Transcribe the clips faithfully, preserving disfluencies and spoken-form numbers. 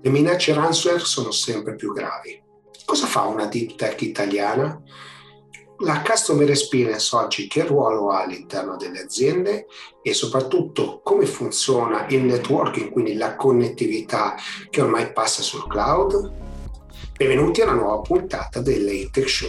Le minacce ransomware sono sempre più gravi. Cosa fa una deep tech italiana? La customer experience oggi che ruolo ha all'interno delle aziende e soprattutto come funziona il networking, quindi la connettività che ormai passa sul cloud? Benvenuti a una nuova puntata del Late Tech Show.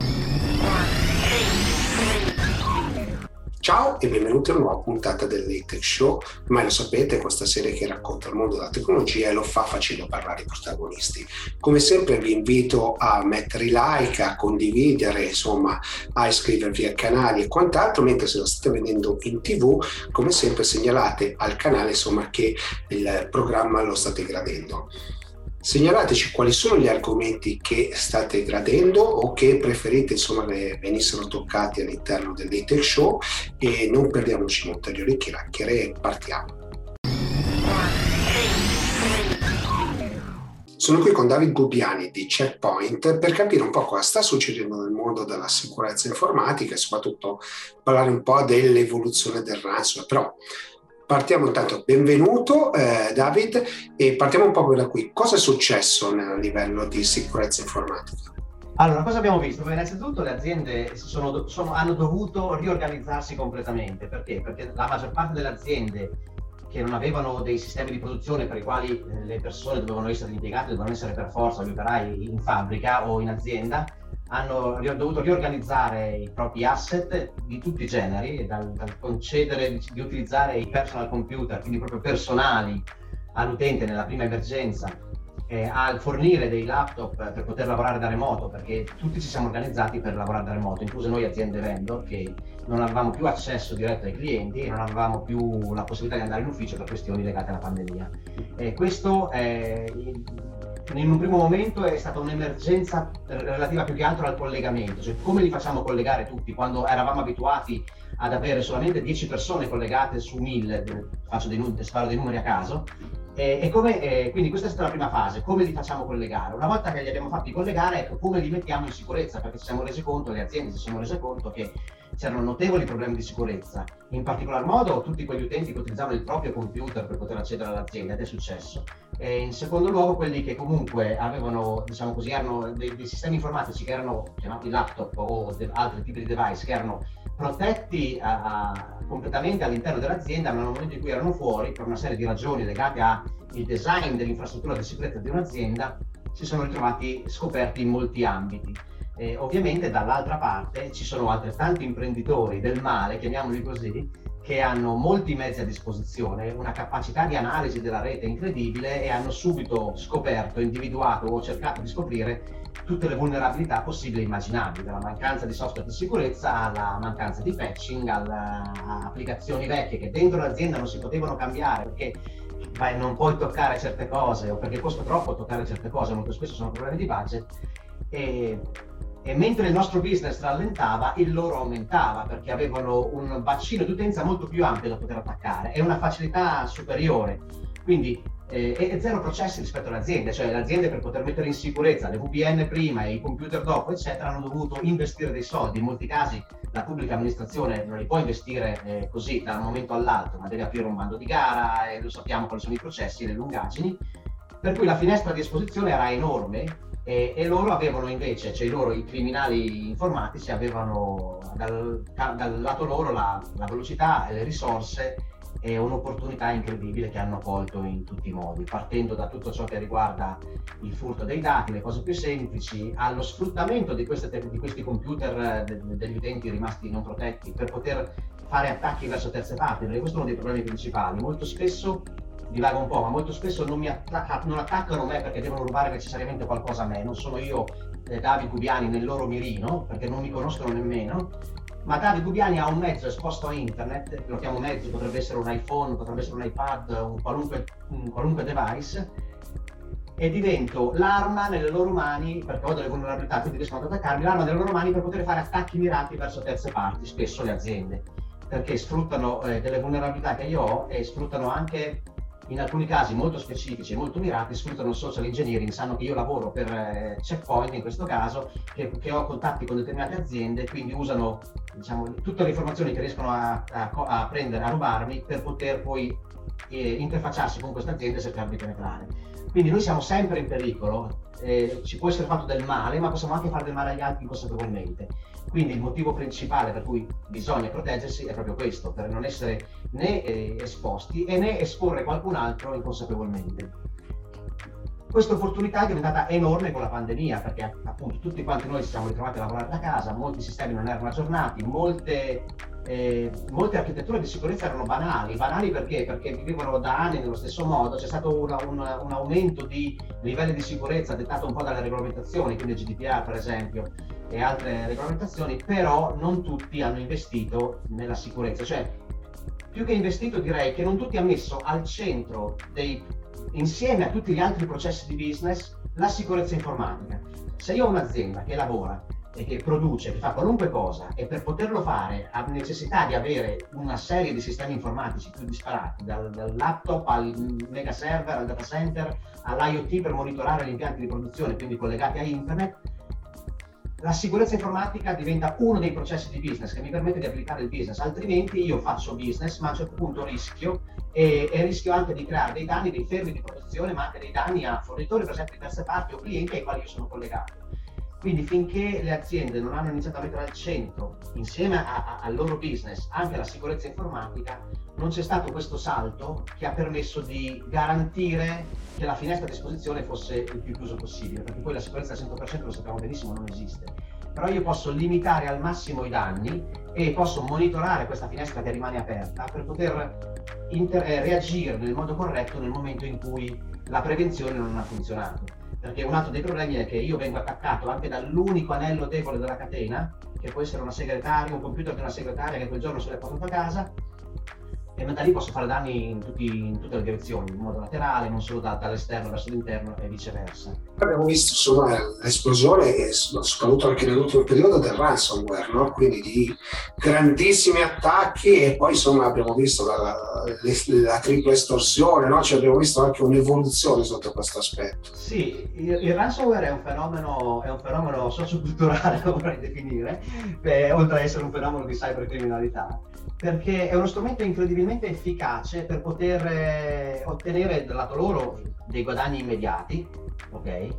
Ciao e benvenuti a una nuova puntata del Late Tech Show. Ormai lo sapete, questa serie che racconta il mondo della tecnologia e lo fa facendo parlare i protagonisti. Come sempre vi invito a mettere i like, a condividere, insomma a iscrivervi ai canali e quant'altro, mentre se lo state vedendo in tv, come sempre segnalate al canale insomma che il programma lo state gradendo. Segnalateci quali sono gli argomenti che state gradendo o che preferite insomma venissero toccati all'interno del Late Tech Show, e non perdiamoci in ulteriori chiacchiere e partiamo. Sono qui con David Gubbiani di Checkpoint per capire un po' cosa sta succedendo nel mondo della sicurezza informatica e soprattutto parlare un po' dell'evoluzione del ransomware. Però partiamo intanto, benvenuto eh, David, e partiamo un po' da qui. Cosa è successo a livello di sicurezza informatica? Allora, cosa abbiamo visto? Beh, innanzitutto le aziende sono, sono, hanno dovuto riorganizzarsi completamente. Perché? Perché la maggior parte delle aziende che non avevano dei sistemi di produzione per i quali eh, le persone dovevano essere impiegate, dovevano essere per forza gli operai in fabbrica o in azienda, hanno dovuto riorganizzare i propri asset di tutti i generi, dal, dal concedere di, di utilizzare i personal computer, quindi proprio personali all'utente nella prima emergenza, eh, al fornire dei laptop per poter lavorare da remoto, perché tutti ci siamo organizzati per lavorare da remoto, incluse noi aziende vendor che non avevamo più accesso diretto ai clienti e non avevamo più la possibilità di andare in ufficio per questioni legate alla pandemia. E questo è in un primo momento è stata un'emergenza relativa più che altro al collegamento, cioè come li facciamo collegare tutti quando eravamo abituati ad avere solamente dieci persone collegate su mille, faccio dei, sparo dei numeri a caso, e, e come, eh, quindi questa è stata la prima fase, come li facciamo collegare. Una volta che li abbiamo fatti collegare, ecco, come li mettiamo in sicurezza, perché ci siamo resi conto, le aziende si sono rese conto che c'erano notevoli problemi di sicurezza, in particolar modo tutti quegli utenti che utilizzavano il proprio computer per poter accedere all'azienda, ed è successo. E in secondo luogo quelli che comunque avevano, diciamo così, erano dei, dei sistemi informatici che erano chiamati laptop o de- altri tipi di device che erano protetti a, a, completamente all'interno dell'azienda, ma nel momento in cui erano fuori, per una serie di ragioni legate al design dell'infrastruttura di sicurezza di un'azienda, si sono ritrovati scoperti in molti ambiti. E ovviamente dall'altra parte ci sono altrettanti imprenditori del male, chiamiamoli così, che hanno molti mezzi a disposizione, una capacità di analisi della rete incredibile, e hanno subito scoperto, individuato o cercato di scoprire tutte le vulnerabilità possibili e immaginabili, dalla mancanza di software di sicurezza alla mancanza di patching, alle applicazioni vecchie che dentro l'azienda non si potevano cambiare perché beh, non puoi toccare certe cose o perché costa troppo toccare certe cose, molto spesso sono problemi di budget. E E mentre il nostro business rallentava, il loro aumentava, perché avevano un bacino di utenza molto più ampio da poter attaccare e una facilità superiore. Quindi eh, e zero processi rispetto alle aziende, cioè le aziende per poter mettere in sicurezza le V P N prima e i computer dopo, eccetera, hanno dovuto investire dei soldi. In molti casi la pubblica amministrazione non li può investire eh, così da un momento all'altro, ma deve aprire un bando di gara e lo sappiamo quali sono i processi e le lungaggini, per cui la finestra di esposizione era enorme. E, e loro avevano invece, cioè loro, i criminali informatici avevano dal, dal lato loro la, la velocità e le risorse e un'opportunità incredibile che hanno colto in tutti i modi, partendo da tutto ciò che riguarda il furto dei dati, le cose più semplici, allo sfruttamento di, queste, di questi computer de, degli utenti rimasti non protetti per poter fare attacchi verso terze parti, perché questo è uno dei problemi principali. Molto spesso divago un po', ma molto spesso non mi attacca, non attaccano me perché devono rubare necessariamente qualcosa a me, non sono io eh, David Gubbiani nel loro mirino perché non mi conoscono nemmeno, ma David Gubbiani ha un mezzo esposto a internet, lo chiamo mezzo, potrebbe essere un iPhone, potrebbe essere un iPad, un qualunque, un qualunque device, e divento l'arma nelle loro mani, perché ho delle vulnerabilità, quindi riescono ad attaccarmi, l'arma nelle loro mani per poter fare attacchi mirati verso terze parti, spesso le aziende, perché sfruttano eh, delle vulnerabilità che io ho e sfruttano anche, in alcuni casi molto specifici e molto mirati, sfruttano il social engineering. Sanno che io lavoro per eh, Checkpoint in questo caso, che, che ho contatti con determinate aziende, quindi usano, diciamo, tutte le informazioni che riescono a, a, a prendere, a rubarmi, per poter poi eh, interfacciarsi con queste aziende e cercare di penetrare. Quindi noi siamo sempre in pericolo, eh, ci può essere fatto del male, ma possiamo anche fare del male agli altri inconsapevolmente. Quindi il motivo principale per cui bisogna proteggersi è proprio questo, per non essere né eh, esposti e né esporre qualcun altro inconsapevolmente. Questa opportunità è diventata enorme con la pandemia, perché appunto tutti quanti noi ci siamo ritrovati a lavorare da casa, molti sistemi non erano aggiornati, molte, eh, molte architetture di sicurezza erano banali. Banali perché? Perché vivevano da anni nello stesso modo, c'è stato una, una, un aumento di livelli di sicurezza dettato un po' dalle regolamentazioni, quindi il G D P R per esempio e altre regolamentazioni, però non tutti hanno investito nella sicurezza, cioè più che investito direi che non tutti hanno messo al centro dei insieme a tutti gli altri processi di business la sicurezza informatica. Se io ho un'azienda che lavora e che produce, che fa qualunque cosa e per poterlo fare ha necessità di avere una serie di sistemi informatici più disparati, dal, dal laptop al mega server, al data center, all'IoT per monitorare gli impianti di produzione, quindi collegati a internet, la sicurezza informatica diventa uno dei processi di business che mi permette di applicare il business, altrimenti io faccio business ma a un certo punto rischio e, e rischio anche di creare dei danni, dei fermi di produzione, ma anche dei danni a fornitori per esempio di terze parti o clienti ai quali io sono collegato. Quindi finché le aziende non hanno iniziato a mettere al centro, insieme a, a, al loro business, anche la sicurezza informatica, non c'è stato questo salto che ha permesso di garantire che la finestra a disposizione fosse il più chiuso possibile, perché poi la sicurezza al cento per cento, lo sappiamo benissimo, non esiste. Però io posso limitare al massimo i danni e posso monitorare questa finestra che rimane aperta per poter inter- eh, reagire nel modo corretto nel momento in cui la prevenzione non ha funzionato. Perché un altro dei problemi è che io vengo attaccato anche dall'unico anello debole della catena, che può essere una segretaria, un computer di una segretaria che quel giorno se l'è portato a casa, e da lì posso fare danni in, tutti, in tutte le direzioni, in modo laterale, non solo da, dall'esterno verso l'interno e viceversa. Abbiamo visto insomma l'esplosione, e soprattutto anche nell'ultimo periodo, del ransomware, no? Quindi di grandissimi attacchi, e poi insomma abbiamo visto la, la, la tripla estorsione, no? Cioè abbiamo visto anche un'evoluzione sotto questo aspetto. Sì, il, il ransomware è un fenomeno, è un fenomeno socioculturale, lo vorrei definire, eh, oltre ad essere un fenomeno di cybercriminalità, perché è uno strumento incredibilmente efficace per poter eh, ottenere dal lato loro dei guadagni immediati, ok?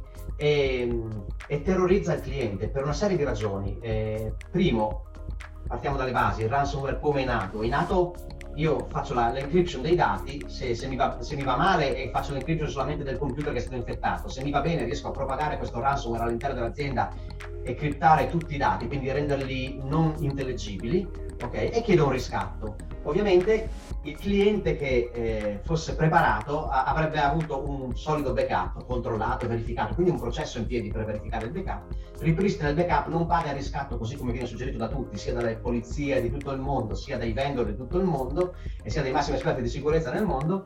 E, e terrorizza il cliente per una serie di ragioni. Eh, primo, partiamo dalle basi, il ransomware come è nato? È nato, io faccio la, l'encryption dei dati, se, se, mi va, se mi va male e faccio l'encryption solamente del computer che è stato infettato, se mi va bene riesco a propagare questo ransomware all'interno dell'azienda e criptare tutti i dati, quindi renderli non intellegibili, ok? E chiedo un riscatto. Ovviamente il cliente che eh, fosse preparato a, avrebbe avuto un solido backup controllato e verificato, quindi un processo in piedi per verificare il backup, ripristina il backup, non paga il riscatto così come viene suggerito da tutti, sia dalle polizie di tutto il mondo, sia dai vendor di tutto il mondo e sia dai massimi esperti di sicurezza nel mondo,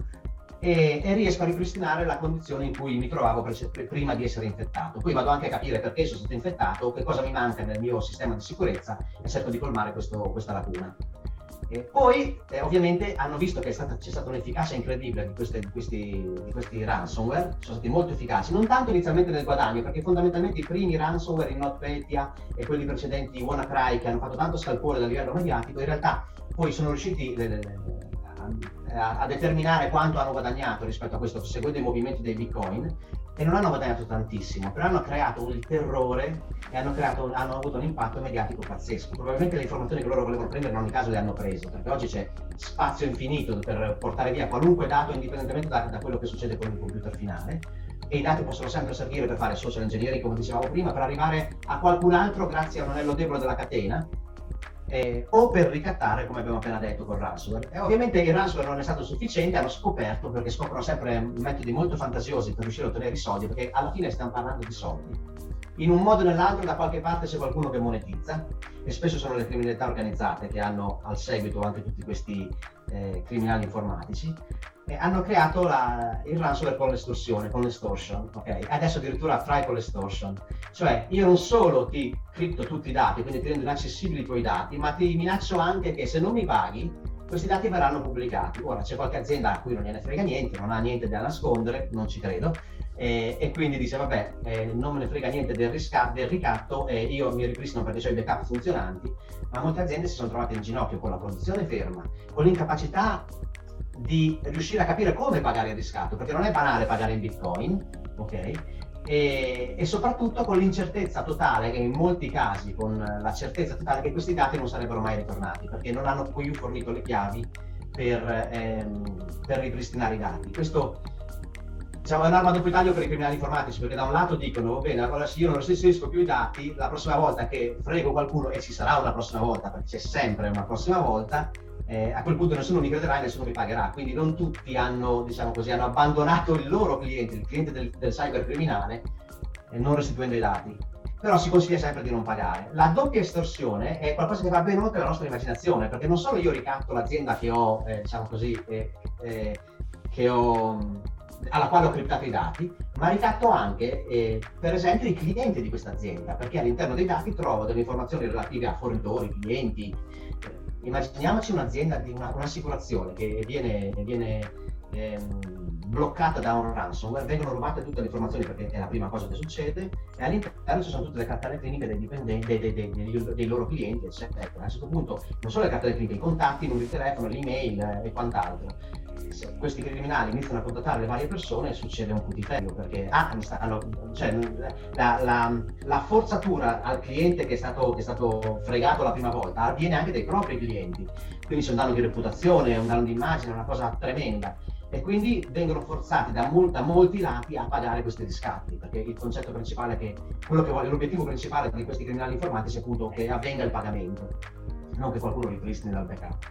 e, e riesco a ripristinare la condizione in cui mi trovavo pre- prima di essere infettato. Poi vado anche a capire perché sono stato infettato, che cosa mi manca nel mio sistema di sicurezza e cerco di colmare questo, questa lacuna. E poi eh, ovviamente hanno visto che è stata, c'è stata un'efficacia incredibile di, queste, di, questi, di questi ransomware, sono stati molto efficaci, non tanto inizialmente nel guadagno, perché fondamentalmente i primi ransomware, i NotPetya e quelli precedenti, i WannaCry, che hanno fatto tanto scalpore dal livello mediatico, in realtà poi sono riusciti le, le, le, a, a determinare quanto hanno guadagnato rispetto a questo, seguendo i movimenti dei bitcoin, e non hanno guadagnato tantissimo, però hanno creato il terrore e hanno, creato, hanno avuto un impatto mediatico pazzesco. Probabilmente le informazioni che loro volevano prendere in ogni caso le hanno prese, perché oggi c'è spazio infinito per portare via qualunque dato indipendentemente da, da quello che succede con il computer finale, e i dati possono sempre servire per fare social engineering, come dicevamo prima, per arrivare a qualcun altro grazie a un anello debole della catena, Eh, o per ricattare, come abbiamo appena detto, con ransomware. E ovviamente il ransomware non è stato sufficiente, hanno scoperto, perché scoprono sempre metodi molto fantasiosi per riuscire a ottenere i soldi, perché alla fine stiamo parlando di soldi. In un modo o nell'altro da qualche parte c'è qualcuno che monetizza, e spesso sono le criminalità organizzate che hanno al seguito anche tutti questi eh, criminali informatici, e hanno creato la, il ransomware con l'estorsione, con l'extortion, ok? Adesso addirittura triple extortion, cioè io non solo ti cripto tutti i dati, quindi ti rendo inaccessibili i tuoi dati, ma ti minaccio anche che se non mi paghi questi dati verranno pubblicati. Ora c'è qualche azienda a cui non gliene frega niente, non ha niente da nascondere, non ci credo, e, e quindi dice vabbè, eh, non me ne frega niente del, risca- del ricatto, e io mi ripristino perché ho i backup funzionanti. Ma molte aziende si sono trovate in ginocchio con la produzione ferma, con l'incapacità di riuscire a capire come pagare il riscatto, perché non è banale pagare in Bitcoin, ok? E, e soprattutto con l'incertezza totale, che in molti casi con la certezza totale che questi dati non sarebbero mai ritornati, perché non hanno più fornito le chiavi per, ehm, per ripristinare i dati. Questo, diciamo, è un'arma a doppio taglio per i criminali informatici, perché da un lato dicono, va bene, allora se io non restituisco più i dati, la prossima volta che frego qualcuno, e ci sarà una prossima volta, perché c'è sempre una prossima volta, eh, a quel punto nessuno mi crederà e nessuno mi pagherà. Quindi non tutti hanno, diciamo così, hanno abbandonato il loro cliente, il cliente del, del cybercriminale, eh, non restituendo i dati. Però si consiglia sempre di non pagare. La doppia estorsione è qualcosa che va ben oltre la nostra immaginazione, perché non solo io ricatto l'azienda che ho, eh, diciamo così, eh, eh, che ho, alla quale ho criptato i dati, ma ricatto anche, eh, per esempio, i clienti di questa azienda, perché all'interno dei dati trovo delle informazioni relative a fornitori, clienti. Immaginiamoci un'azienda di una, un'assicurazione che viene, viene ehm, bloccata da un ransomware, vengono rubate tutte le informazioni perché è la prima cosa che succede, e all'interno ci sono tutte le cartelle cliniche dei dipendenti, dei, dei, dei, dei, dei loro clienti, eccetera. A un certo punto non solo le cartelle cliniche, i contatti, i numeri di telefono, l'email eh, e quant'altro. Se questi criminali iniziano a contattare le varie persone, succede un putiferio, perché ah, mi stanno, cioè, la, la, la forzatura al cliente che è, stato, che è stato fregato la prima volta avviene anche dai propri clienti, quindi c'è un danno di reputazione, un danno di immagine, una cosa tremenda, e quindi vengono forzati da, mol, da molti lati a pagare questi riscatti, perché il concetto principale è che quello che vuole, l'obiettivo principale di questi criminali informatici è appunto che avvenga il pagamento, non che qualcuno ripristini dal backup.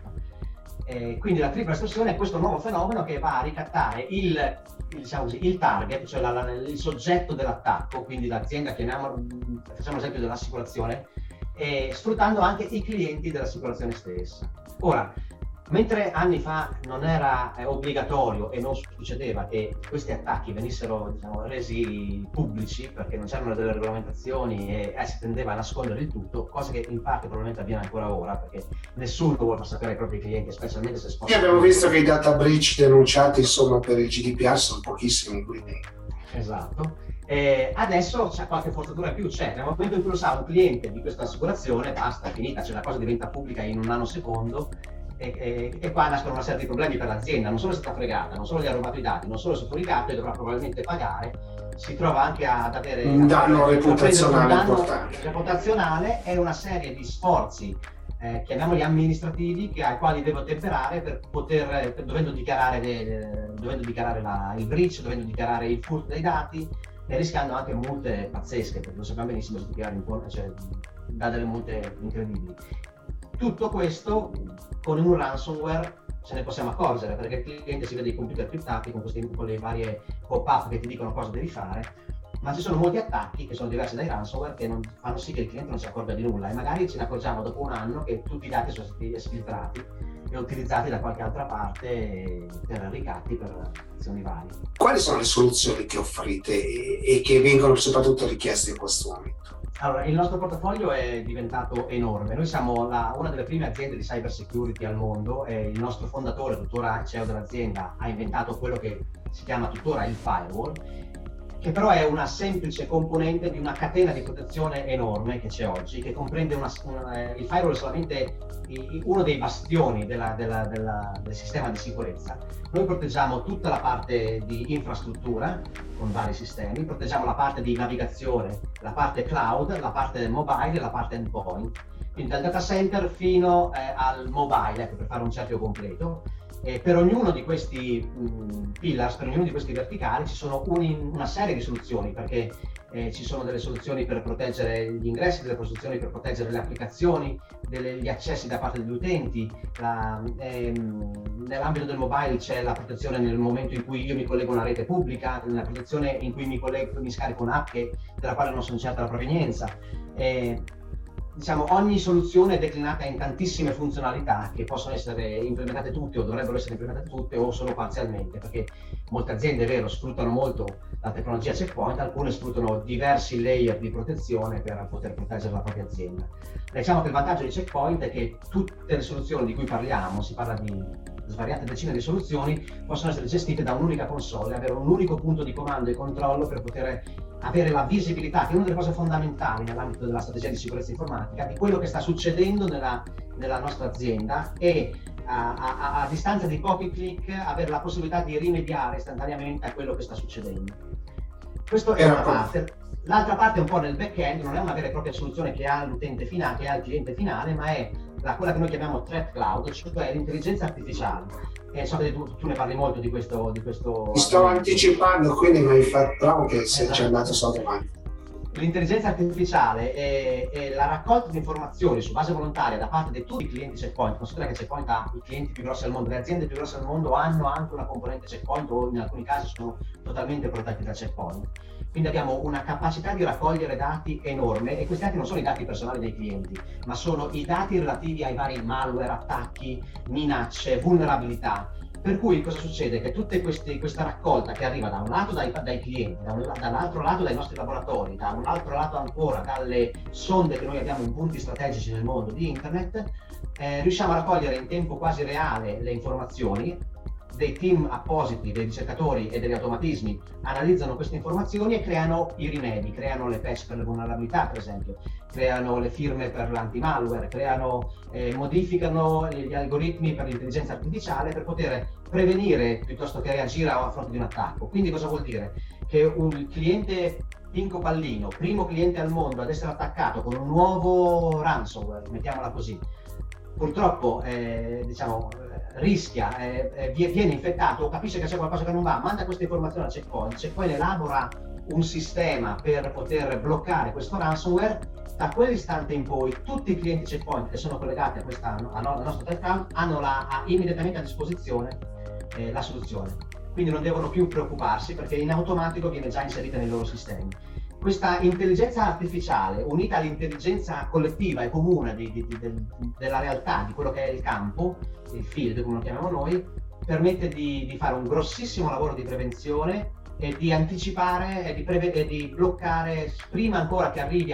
Eh, quindi la tripla estorsione è questo nuovo fenomeno che va a ricattare il, il, diciamo così, il target, cioè la, la, il soggetto dell'attacco, quindi l'azienda, chiamiamo, facciamo l'esempio dell'assicurazione, eh, sfruttando anche i clienti dell'assicurazione stessa. Ora, mentre anni fa non era eh, obbligatorio e non succedeva che questi attacchi venissero, diciamo, resi pubblici perché non c'erano delle regolamentazioni e eh, si tendeva a nascondere il tutto, cosa che in parte probabilmente avviene ancora ora perché nessuno vuole far sapere ai propri clienti, specialmente se sposta. E abbiamo visto che i data breach denunciati, insomma, per il G D P R sono pochissimi, quindi. Esatto. Eh, adesso c'è qualche forzatura in più, c'è nel momento in cui lo sa un cliente di questa assicurazione, basta, è finita, cioè la cosa diventa pubblica in un nanosecondo. E, e, e qua nascono una serie di problemi per l'azienda, non solo è stata fregata, non solo gli ha rubato i dati, non solo si è fuoricato e dovrà probabilmente pagare, si trova anche ad avere un danno avere, reputazionale un danno importante. reputazionale e una serie di sforzi, eh, chiamiamoli amministrativi, che, ai quali devo temperare per poter, per, dovendo dichiarare, le, dovendo dichiarare la, il breach, dovendo dichiarare il furto dei dati e rischiando anche multe pazzesche, perché lo sappiamo benissimo, si dichiara in, cioè, dà delle multe incredibili. Tutto questo con un ransomware ce ne possiamo accorgere, perché il cliente si vede i computer criptati con, questi, con le varie pop-up che ti dicono cosa devi fare, ma ci sono molti attacchi che sono diversi dai ransomware che non, fanno sì che il cliente non si accorga di nulla, e magari ce ne accorgiamo dopo un anno che tutti i dati sono stati esfiltrati e utilizzati da qualche altra parte per ricatti, per azioni varie. Quali sono le soluzioni che offrite e, e che vengono soprattutto richieste in questo momento? Allora, il nostro portafoglio è diventato enorme. Noi siamo la, una delle prime aziende di cyber security al mondo, e il nostro fondatore, tuttora C E O dell'azienda, ha inventato quello che si chiama tuttora il firewall, che però è una semplice componente di una catena di protezione enorme che c'è oggi, che comprende una, una, il firewall è solamente uno dei bastioni della, della, della, del sistema di sicurezza. Noi proteggiamo tutta la parte di infrastruttura con vari sistemi, proteggiamo la parte di navigazione, la parte cloud, la parte mobile e la parte endpoint, quindi dal data center fino eh, al mobile, ecco, per fare un cerchio completo. E per ognuno di questi mh, pillars, per ognuno di questi verticali ci sono un, una serie di soluzioni, perché eh, ci sono delle soluzioni per proteggere gli ingressi, delle soluzioni per proteggere le applicazioni, delle, gli accessi da parte degli utenti. La, ehm, nell'ambito del mobile c'è la protezione nel momento in cui io mi collego a una rete pubblica, la protezione in cui mi, collego, mi scarico un'app che, della quale non sono certa la provenienza. Eh, Diciamo, ogni soluzione è declinata in tantissime funzionalità che possono essere implementate tutte o dovrebbero essere implementate tutte o solo parzialmente, perché molte aziende, è vero, sfruttano molto la tecnologia checkpoint, alcune sfruttano diversi layer di protezione per poter proteggere la propria azienda. Diciamo che il vantaggio di checkpoint è che tutte le soluzioni di cui parliamo, si parla di svariate decine di soluzioni, possono essere gestite da un'unica console, avere un unico punto di comando e controllo per poter avere la visibilità, che è una delle cose fondamentali nell'ambito della strategia di sicurezza informatica, di quello che sta succedendo nella, nella nostra azienda e a, a, a distanza di pochi clic avere la possibilità di rimediare istantaneamente a quello che sta succedendo. Questo è una parte. L'altra parte è un po' nel back-end, non è una vera e propria soluzione che ha l'utente finale, che ha il cliente finale, ma è la, quella che noi chiamiamo threat cloud, cioè l'intelligenza artificiale. E so che tu, tu ne parli molto di questo. Di questo Mi sto anticipando, quindi mi hai fatto bravo che se esatto. Ci è andato solo avanti. L'intelligenza artificiale è, è la raccolta di informazioni su base volontaria da parte di tutti i clienti Checkpoint. Considera che Checkpoint ha i clienti più grossi al mondo, le aziende più grosse al mondo hanno anche una componente Checkpoint o in alcuni casi sono totalmente protetti da Checkpoint. Quindi abbiamo una capacità di raccogliere dati enorme e questi dati non sono i dati personali dei clienti, ma sono i dati relativi ai vari malware, attacchi, minacce, vulnerabilità. Per cui cosa succede? Che tutte queste, questa raccolta che arriva da un lato dai, dai clienti, da un, dall'altro lato dai nostri laboratori, da un altro lato ancora dalle sonde che noi abbiamo in punti strategici nel mondo di internet, eh, riusciamo a raccogliere in tempo quasi reale le informazioni. Dei team appositi, dei ricercatori e degli automatismi analizzano queste informazioni e creano i rimedi, creano le patch per le vulnerabilità, per esempio, creano le firme per l'antimalware, creano, eh, modificano gli algoritmi per l'intelligenza artificiale per poter prevenire piuttosto che reagire a fronte di un attacco. Quindi cosa vuol dire? Che un cliente Pinco Pallino, primo cliente al mondo ad essere attaccato con un nuovo ransomware, mettiamola così, purtroppo eh, diciamo rischia, eh, viene infettato o capisce che c'è qualcosa che non va, manda queste informazioni a Checkpoint, Checkpoint elabora un sistema per poter bloccare questo ransomware. Da quell'istante in poi tutti i clienti Checkpoint che sono collegati a questa al nostro account hanno la, a, immediatamente a disposizione eh, la soluzione, quindi non devono più preoccuparsi perché in automatico viene già inserita nei loro sistemi. Questa intelligenza artificiale unita all'intelligenza collettiva e comune di, di, di, del, della realtà, di quello che è il campo, il field come lo chiamiamo noi, permette di, di fare un grossissimo lavoro di prevenzione e di anticipare e di, preve- e di bloccare prima ancora che arrivi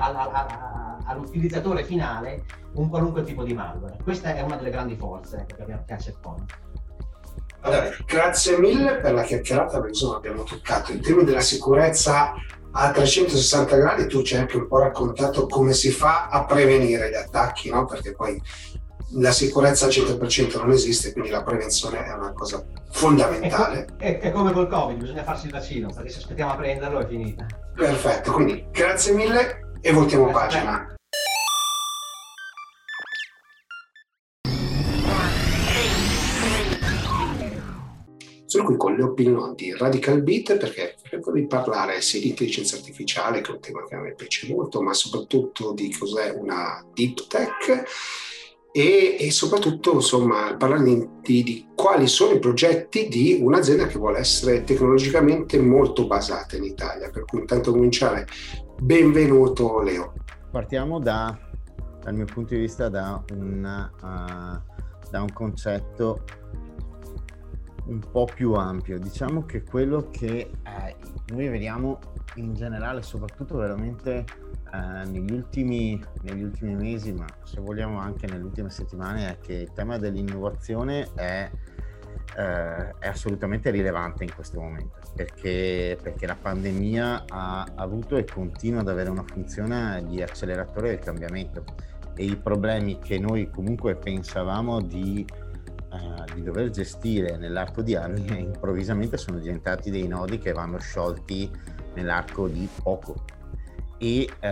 all'utilizzatore finale un qualunque tipo di malware. Questa è una delle grandi forze che abbiamo a Checkpoint. Allora, grazie mille per la chiacchierata, perché insomma abbiamo toccato i temi della sicurezza a trecentosessanta gradi. Tu ci hai anche un po' raccontato come si fa a prevenire gli attacchi, no? Perché poi la sicurezza al cento per cento non esiste, quindi la prevenzione è una cosa fondamentale. È, è come col Covid, bisogna farsi il vaccino, perché se aspettiamo a prenderlo è finita. Perfetto, quindi grazie mille e voltiamo Grazie pagina. Sono qui con le opinioni di Radical Beat perché vorrei parlare sia di intelligenza artificiale, che è un tema che a me piace molto, ma soprattutto di cos'è una deep tech e, e soprattutto insomma parlare di, di quali sono i progetti di un'azienda che vuole essere tecnologicamente molto basata in Italia. Per cui intanto cominciare, benvenuto Leo. Partiamo da, dal mio punto di vista da un, uh, da un concetto un po' più ampio. Diciamo che quello che eh, noi vediamo in generale, soprattutto veramente eh, negli ultimi negli ultimi mesi, ma se vogliamo anche nelle ultime settimane, è che il tema dell'innovazione è, eh, è assolutamente rilevante in questo momento, perché, perché la pandemia ha avuto e continua ad avere una funzione di acceleratore del cambiamento, e i problemi che noi comunque pensavamo di Uh, di dover gestire nell'arco di anni improvvisamente sono diventati dei nodi che vanno sciolti nell'arco di poco. E uh,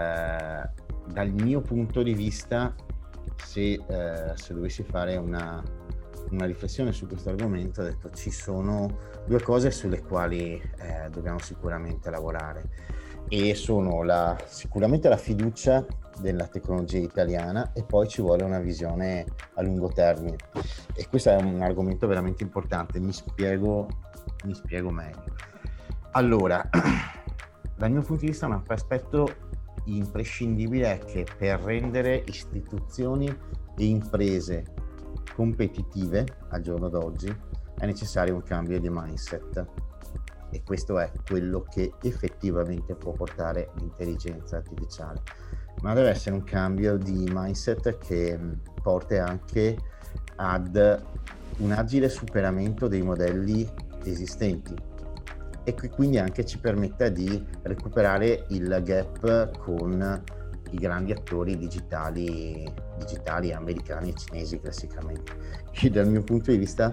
dal mio punto di vista, se, uh, se dovessi fare una, una riflessione su questo argomento, ho detto ci sono due cose sulle quali uh, dobbiamo sicuramente lavorare, e sono la, sicuramente la fiducia della tecnologia italiana, e poi ci vuole una visione a lungo termine, e questo è un argomento veramente importante. Mi spiego, mi spiego meglio. Allora, dal mio punto di vista, un aspetto imprescindibile è che per rendere istituzioni e imprese competitive al giorno d'oggi è necessario un cambio di mindset, e questo è quello che effettivamente può portare l'intelligenza artificiale. Ma deve essere un cambio di mindset che porti anche ad un agile superamento dei modelli esistenti, e che quindi anche ci permetta di recuperare il gap con i grandi attori digitali, digitali americani e cinesi classicamente. E dal mio punto di vista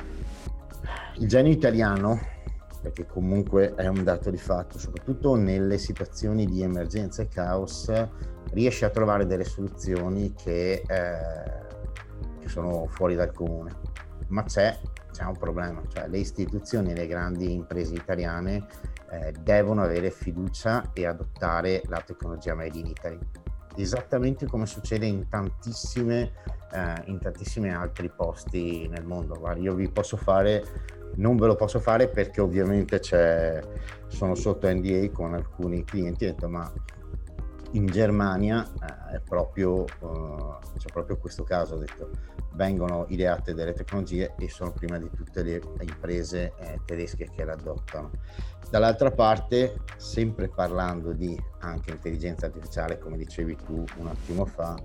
il genio italiano, perché comunque è un dato di fatto, soprattutto nelle situazioni di emergenza e caos, riesce a trovare delle soluzioni che, eh, che sono fuori dal comune. Ma c'è, c'è un problema, cioè le istituzioni e le grandi imprese italiane eh, devono avere fiducia e adottare la tecnologia made in Italy, esattamente come succede in tantissime, eh, in tantissimi altri posti nel mondo. Guarda, io vi posso fare, non ve lo posso fare perché ovviamente c'è, sono sotto N D A con alcuni clienti, ho detto, ma in Germania eh, è proprio, uh, c'è proprio questo caso, ho detto, vengono ideate delle tecnologie e sono prima di tutte le imprese eh, tedesche che le adottano. Dall'altra parte, sempre parlando di anche intelligenza artificiale, come dicevi tu un attimo fa,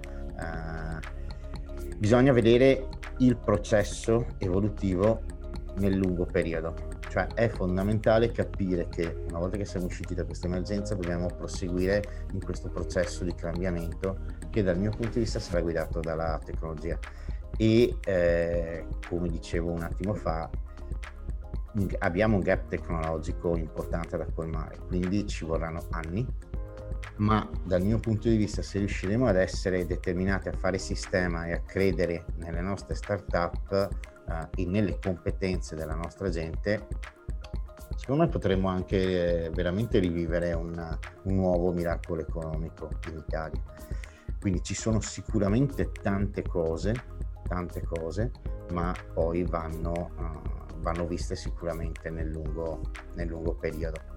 eh, bisogna vedere il processo evolutivo nel lungo periodo. Cioè è fondamentale capire che una volta che siamo usciti da questa emergenza dobbiamo proseguire in questo processo di cambiamento che dal mio punto di vista sarà guidato dalla tecnologia e eh, come dicevo un attimo fa abbiamo un gap tecnologico importante da colmare, quindi ci vorranno anni, ma dal mio punto di vista se riusciremo ad essere determinati a fare sistema e a credere nelle nostre start-up Uh, e nelle competenze della nostra gente, secondo me potremmo anche eh, veramente rivivere un, un nuovo miracolo economico in Italia. Quindi ci sono sicuramente tante cose, tante cose, ma poi vanno, uh, vanno viste sicuramente nel lungo, nel lungo periodo.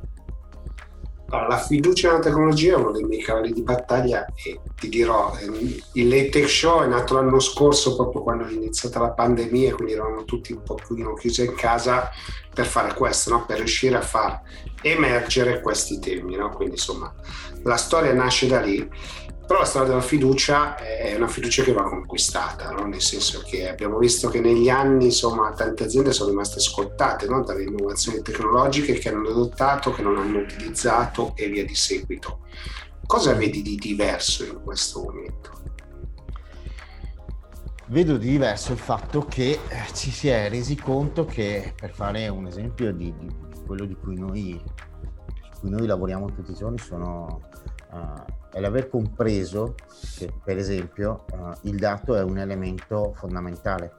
La fiducia nella tecnologia è uno dei miei cavalli di battaglia e ti dirò, il Late Tech Show è nato l'anno scorso proprio quando è iniziata la pandemia, quindi eravamo tutti un po' chiusi in casa per fare questo, no? Per riuscire a far emergere questi temi, no? Quindi insomma la storia nasce da lì, però la storia della fiducia è una fiducia che va conquistata, no? Nel senso che abbiamo visto che negli anni insomma tante aziende sono rimaste scottate, no? Dalle innovazioni tecnologiche che hanno adottato, che non hanno utilizzato e via di seguito. Cosa vedi di diverso in questo momento? Vedo di diverso il fatto che ci si è resi conto che, per fare un esempio di, di, di quello di cui noi, su cui noi lavoriamo tutti i giorni, sono uh, è l'aver compreso che, per esempio, uh, il dato è un elemento fondamentale.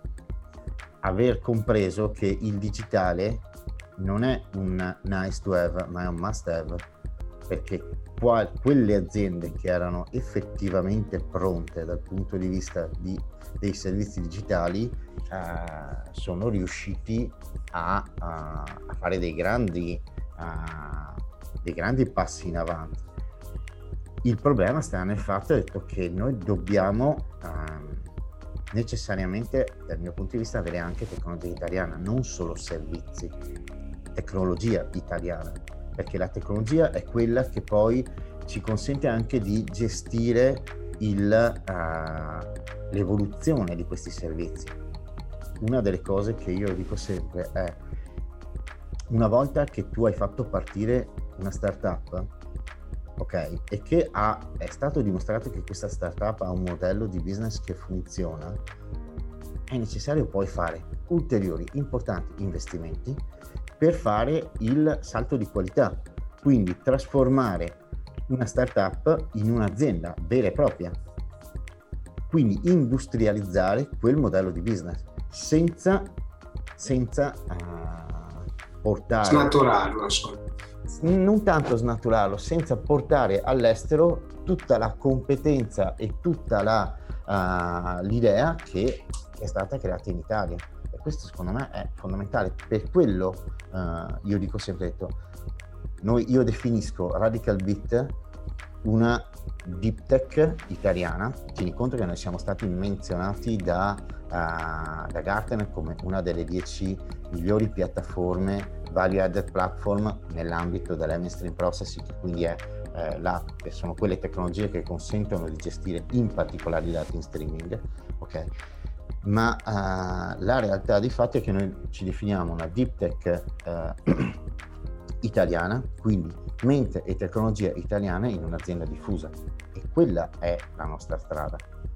Aver compreso che il digitale non è un nice to have, ma è un must have, perché qua, quelle aziende che erano effettivamente pronte dal punto di vista di, dei servizi digitali uh, sono riusciti a, a, a fare dei grandi, uh, dei grandi passi in avanti. Il problema sta nel fatto detto, che noi dobbiamo um, necessariamente, dal mio punto di vista, avere anche tecnologia italiana, non solo servizi, tecnologia italiana, perché la tecnologia è quella che poi ci consente anche di gestire il, uh, l'evoluzione di questi servizi. Una delle cose che io dico sempre è: una volta che tu hai fatto partire una startup, ok, e che ha, è stato dimostrato che questa startup ha un modello di business che funziona, è necessario poi fare ulteriori importanti investimenti per fare il salto di qualità, quindi trasformare una startup in un'azienda vera e propria, quindi industrializzare quel modello di business senza, senza uh, portare... snaturarlo, insomma. Non tanto snaturarlo, senza portare all'estero tutta la competenza e tutta la, uh, l'idea che è stata creata in Italia. E questo secondo me è fondamentale. Per quello uh, io dico sempre, detto, noi, io definisco Radical Bit una deep tech italiana. Tieni conto che noi siamo stati menzionati da, uh, da Gartner come una delle dieci migliori piattaforme value added platform nell'ambito dell'M-Stream Processing, che quindi è, eh, la, sono quelle tecnologie che consentono di gestire in particolare i dati in streaming, ok? Ma uh, la realtà di fatto è che noi ci definiamo una deep tech uh, italiana, quindi mente e tecnologia italiana in un'azienda diffusa, e quella è la nostra strada.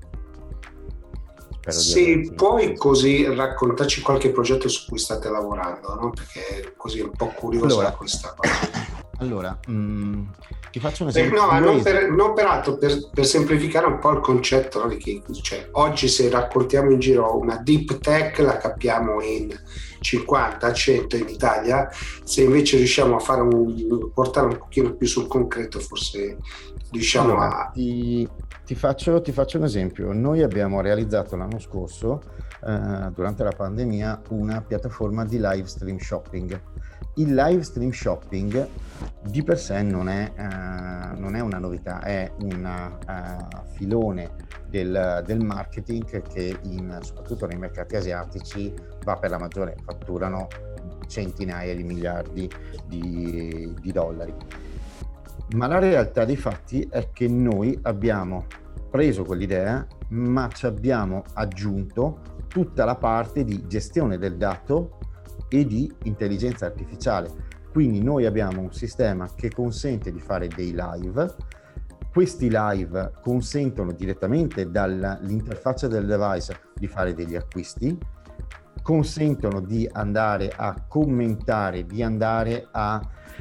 Spero sì, poi così raccontaci qualche progetto su cui state lavorando, no? Perché così è un po' curiosa allora, questa cosa. Allora, mh, ti faccio un esempio. No, ma non, per, non peraltro per, per semplificare un po' il concetto, no? Di che, cioè, oggi se raccontiamo in giro una deep tech la capiamo in cinquanta, cento in Italia, se invece riusciamo a fare un, portare un pochino più sul concreto, forse riusciamo allora, a... Ti, ti, faccio, ti faccio un esempio. Noi abbiamo realizzato l'anno scorso, eh, durante la pandemia, una piattaforma di live stream shopping. Il live stream shopping di per sé non è, uh, non è una novità, è un uh, filone del, del marketing che in, soprattutto nei mercati asiatici va per la maggiore, fatturano centinaia di miliardi di, di dollari. Ma la realtà dei fatti è che noi abbiamo preso quell'idea, ma ci abbiamo aggiunto tutta la parte di gestione del dato e di intelligenza artificiale. Quindi noi abbiamo un sistema che consente di fare dei live. Questi live consentono direttamente dall'interfaccia del device di fare degli acquisti, consentono di andare a commentare, di andare a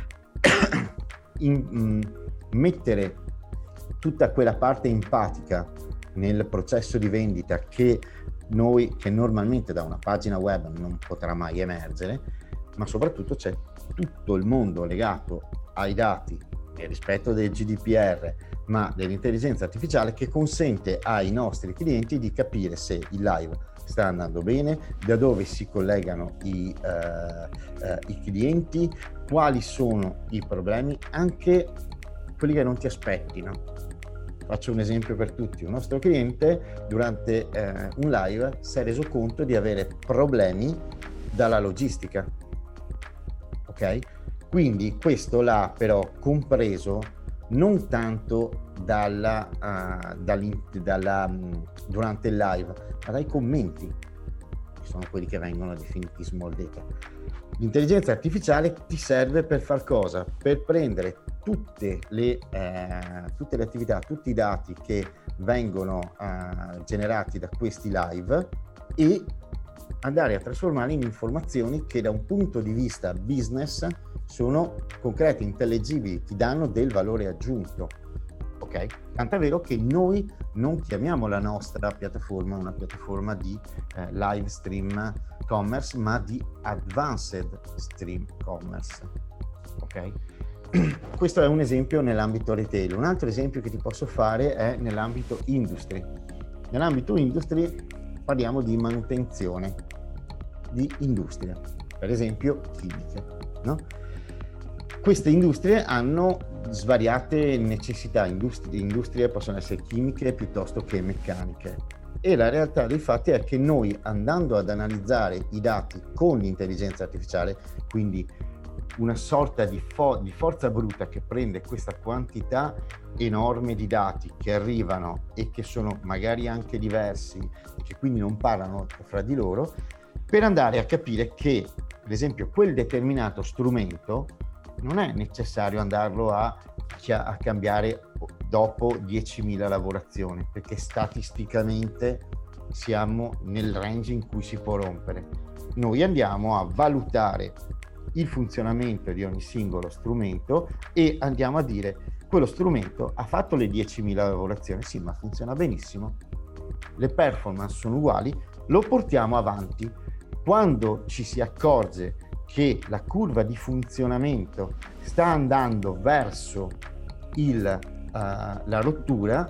in, mh, mettere tutta quella parte empatica nel processo di vendita che noi che normalmente da una pagina web non potrà mai emergere, ma soprattutto c'è tutto il mondo legato ai dati e rispetto del G D P R, ma dell'intelligenza artificiale, che consente ai nostri clienti di capire se il live sta andando bene, da dove si collegano i, eh, eh, i clienti, quali sono i problemi, anche quelli che non ti aspetti, no? Faccio un esempio per tutti. Un nostro cliente durante eh, un live si è reso conto di avere problemi dalla logistica, ok? Quindi questo l'ha però compreso non tanto dalla, uh, dalla, um, durante il live, ma dai commenti, che sono quelli che vengono definiti small data. L'intelligenza artificiale ti serve per far cosa? Per prendere tutte le, eh, tutte le attività, tutti i dati che vengono eh, generati da questi live e andare a trasformarli in informazioni che da un punto di vista business sono concrete, intellegibili, ti danno del valore aggiunto. Ok? Tant'è vero che noi non chiamiamo la nostra piattaforma una piattaforma di eh, live stream commerce, ma di advanced stream commerce. Ok? Questo è un esempio nell'ambito retail. Un altro esempio che ti posso fare è nell'ambito industry. Nell'ambito industry parliamo di manutenzione di industria, per esempio chimiche, no? Queste industrie hanno svariate necessità. Industrie, industrie possono essere chimiche piuttosto che meccaniche, e la realtà dei fatti è che noi, andando ad analizzare i dati con l'intelligenza artificiale, quindi una sorta di, fo- di forza bruta che prende questa quantità enorme di dati che arrivano e che sono magari anche diversi e che quindi non parlano fra di loro, per andare a capire che, per esempio, quel determinato strumento non è necessario andarlo a, a cambiare dopo diecimila lavorazioni, perché statisticamente siamo nel range in cui si può rompere. Noi andiamo a valutare il funzionamento di ogni singolo strumento e andiamo a dire: quello strumento ha fatto le diecimila lavorazioni, sì, ma funziona benissimo, le performance sono uguali, lo portiamo avanti. Quando ci si accorge che la curva di funzionamento sta andando verso il, uh, la rottura,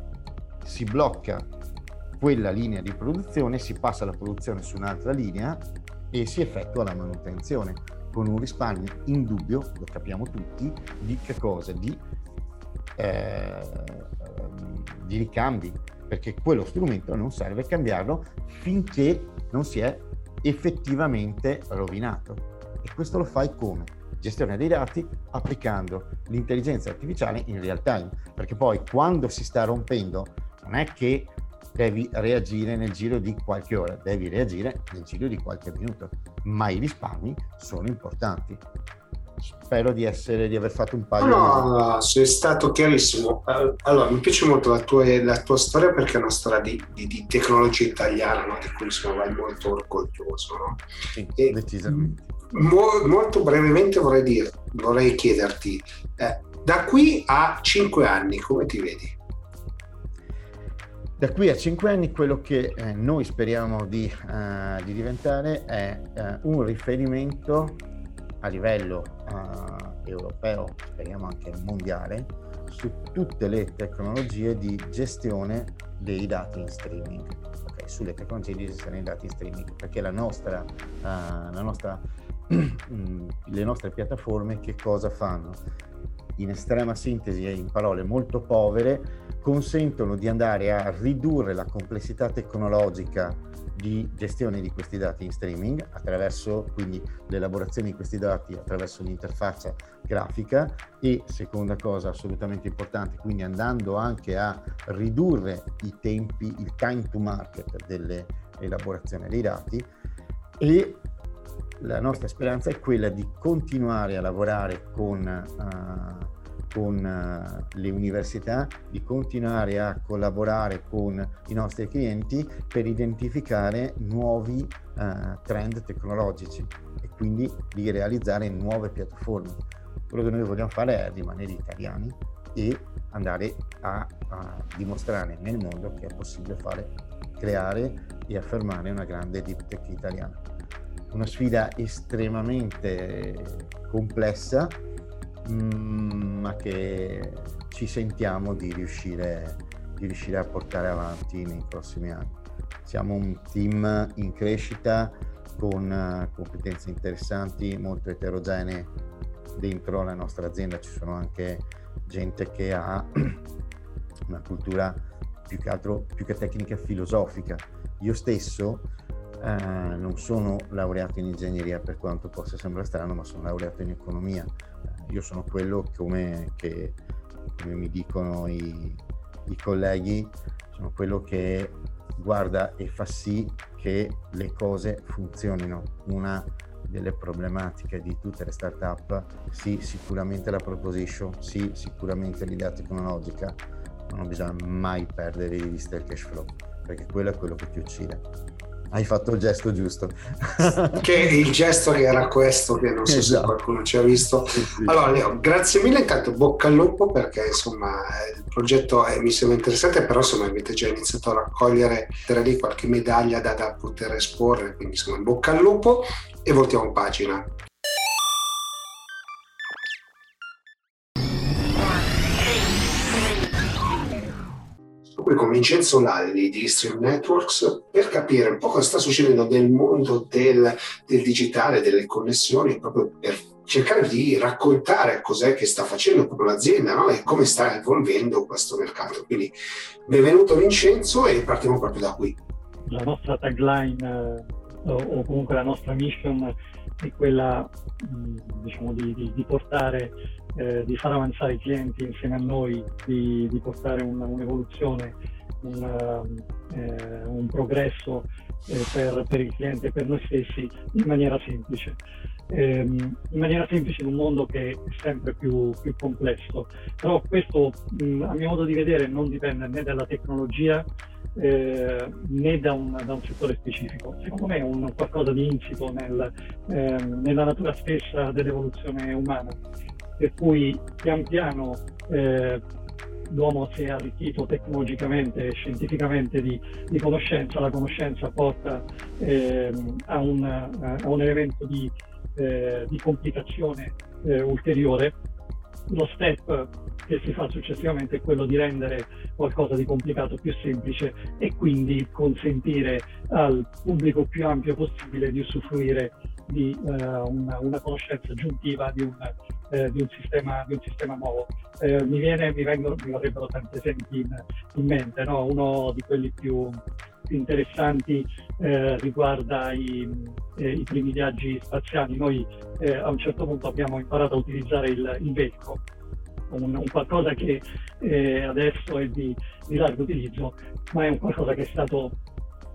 si blocca quella linea di produzione, si passa la produzione su un'altra linea e si effettua la manutenzione, con un risparmio indubbio, lo capiamo tutti, di che cosa? Di, eh, di ricambi, perché quello strumento non serve cambiarlo finché non si è effettivamente rovinato. E questo lo fai come? Gestione dei dati, applicando l'intelligenza artificiale in real time, perché poi quando si sta rompendo non è che devi reagire nel giro di qualche ora, devi reagire nel giro di qualche minuto, ma i risparmi sono importanti. spero di essere di aver fatto un paio no, di... no, sei stato chiarissimo. Allora, mi piace molto la tua, la tua storia, perché è una storia di, di, di tecnologia italiana, no? Di cui insomma vai molto orgoglioso, no? Sì, e, decisamente. Mo, molto brevemente vorrei dire, vorrei chiederti, eh, da qui a cinque anni come ti vedi? Da qui a cinque anni quello che eh, noi speriamo di, uh, di diventare è uh, un riferimento a livello uh, europeo, speriamo anche mondiale, su tutte le tecnologie di gestione dei dati in streaming, okay, sulle tecnologie di gestione dei dati in streaming, perché la nostra, uh, la nostra, le nostre piattaforme che cosa fanno? In estrema sintesi e in parole molto povere, consentono di andare a ridurre la complessità tecnologica di gestione di questi dati in streaming attraverso quindi l'elaborazione di questi dati attraverso l'interfaccia grafica e, seconda cosa assolutamente importante, quindi andando anche a ridurre i tempi, il time to market dell'elaborazione dei dati. E la nostra speranza è quella di continuare a lavorare con uh, con uh, le università, di continuare a collaborare con i nostri clienti per identificare nuovi uh, trend tecnologici e quindi di realizzare nuove piattaforme. Quello che noi vogliamo fare è rimanere italiani e andare a, a dimostrare nel mondo che è possibile fare, creare e affermare una grande deep tech italiana. Una sfida estremamente complessa, ma che ci sentiamo di riuscire, di riuscire a portare avanti nei prossimi anni. Siamo un team in crescita con uh, competenze interessanti, molto eterogenee dentro la nostra azienda. Ci sono anche gente che ha una cultura più che altro, più che tecnica, filosofica. Io stesso uh, non sono laureato in ingegneria, per quanto possa sembrare strano, ma sono laureato in economia. Io sono quello, come, che, come mi dicono i, i colleghi, sono quello che guarda e fa sì che le cose funzionino. Una delle problematiche di tutte le start-up, sì, sicuramente la proposition, sì, sicuramente l'idea tecnologica, ma non bisogna mai perdere di vista il cash flow, perché quello è quello che ti uccide. Hai fatto il gesto giusto. Che il gesto che era questo, che non so esatto. se qualcuno ci ha visto. Sì, sì. Allora Leo, grazie mille, intanto bocca al lupo, perché insomma il progetto è, mi sembra interessante, però insomma avete già iniziato a raccogliere tra lì qualche medaglia da, da poter esporre, quindi insomma bocca al lupo e voltiamo pagina. Qui con Vincenzo Lalli di Stream Networks per capire un po' cosa sta succedendo nel mondo del, del digitale, delle connessioni, proprio per cercare di raccontare cos'è che sta facendo proprio l'azienda, no? E come sta evolvendo questo mercato. Quindi benvenuto Vincenzo e partiamo proprio da qui. La nostra tagline eh, o comunque la nostra mission è quella mh, diciamo di, di, di portare Eh, di far avanzare i clienti insieme a noi, di, di portare un, un'evoluzione, un, eh, un progresso eh, per, per il cliente e per noi stessi in maniera semplice. Eh, in maniera semplice in un mondo che è sempre più, più complesso. Però questo, mh, a mio modo di vedere, non dipende né dalla tecnologia eh, né da un, da un settore specifico. Secondo me è un qualcosa di insito nel, eh, nella natura stessa dell'evoluzione umana. Per cui pian piano eh, l'uomo si è arricchito tecnologicamente e scientificamente di, di conoscenza, la conoscenza porta eh, a, un, a un elemento di, eh, di complicazione eh, ulteriore. Lo step che si fa successivamente è quello di rendere qualcosa di complicato più semplice e quindi consentire al pubblico più ampio possibile di usufruire di uh, una, una conoscenza aggiuntiva di un, eh, di un sistema di un sistema nuovo. Eh, mi viene mi vengono mi vorrebbero tanti esempi in, in mente, no? Uno di quelli più, più interessanti eh, riguarda i, eh, i primi viaggi spaziali. Noi eh, a un certo punto abbiamo imparato a utilizzare il, il velcro, un, un qualcosa che eh, adesso è di, di largo utilizzo, ma è un qualcosa che è stato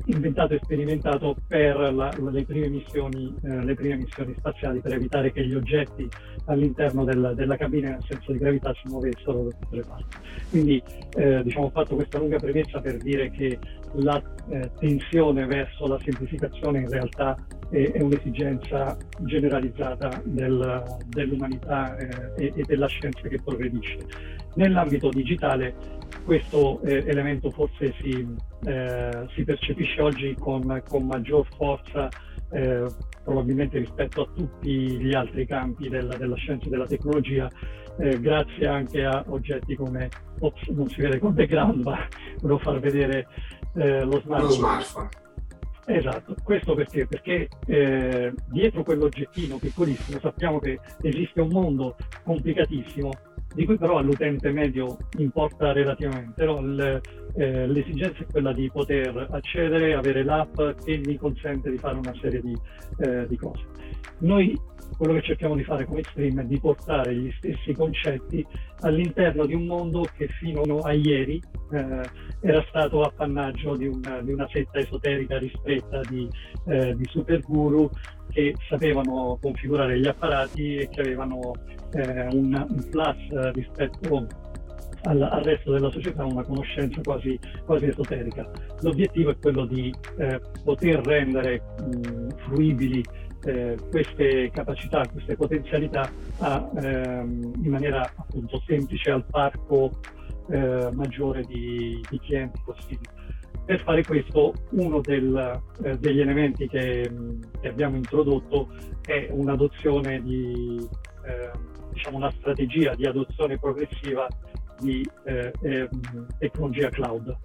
inventato e sperimentato per la, le, prime missioni, eh, le prime missioni spaziali, per evitare che gli oggetti all'interno del, della cabina in assenza di gravità si muovessero da tutte le parti. Quindi eh, diciamo, ho fatto questa lunga premessa per dire che la eh, tensione verso la semplificazione in realtà è, è un'esigenza generalizzata del, dell'umanità eh, e, e della scienza che progredisce. Nell'ambito digitale questo eh, elemento forse si, eh, si percepisce oggi con, con maggior forza eh, probabilmente rispetto a tutti gli altri campi della, della scienza e della tecnologia, eh, grazie anche a oggetti come, ops, non si vede col background, ma volevo far vedere eh, lo smartphone. Lo smartphone. Esatto, questo perché? Perché eh, dietro quell'oggettino piccolissimo sappiamo che esiste un mondo complicatissimo, di cui però all'utente medio importa relativamente. No? Il, eh, l'esigenza è quella di poter accedere, avere l'app che mi consente di fare una serie di, eh, di cose. Noi quello che cerchiamo di fare come Xstream è di portare gli stessi concetti all'interno di un mondo che fino a ieri eh, era stato appannaggio di una, di una setta esoterica ristretta di, eh, di super guru che sapevano configurare gli apparati e che avevano eh, un, un plus rispetto al, al resto della società, una conoscenza quasi, quasi esoterica. L'obiettivo è quello di eh, poter rendere mh, fruibili eh, queste capacità, queste potenzialità a, ehm, in maniera appunto semplice al parco eh, maggiore di, di clienti possibili. Per fare questo, uno del, eh, degli elementi che, che abbiamo introdotto è un'adozione di, eh, diciamo una strategia di adozione progressiva di eh, eh, tecnologia cloud.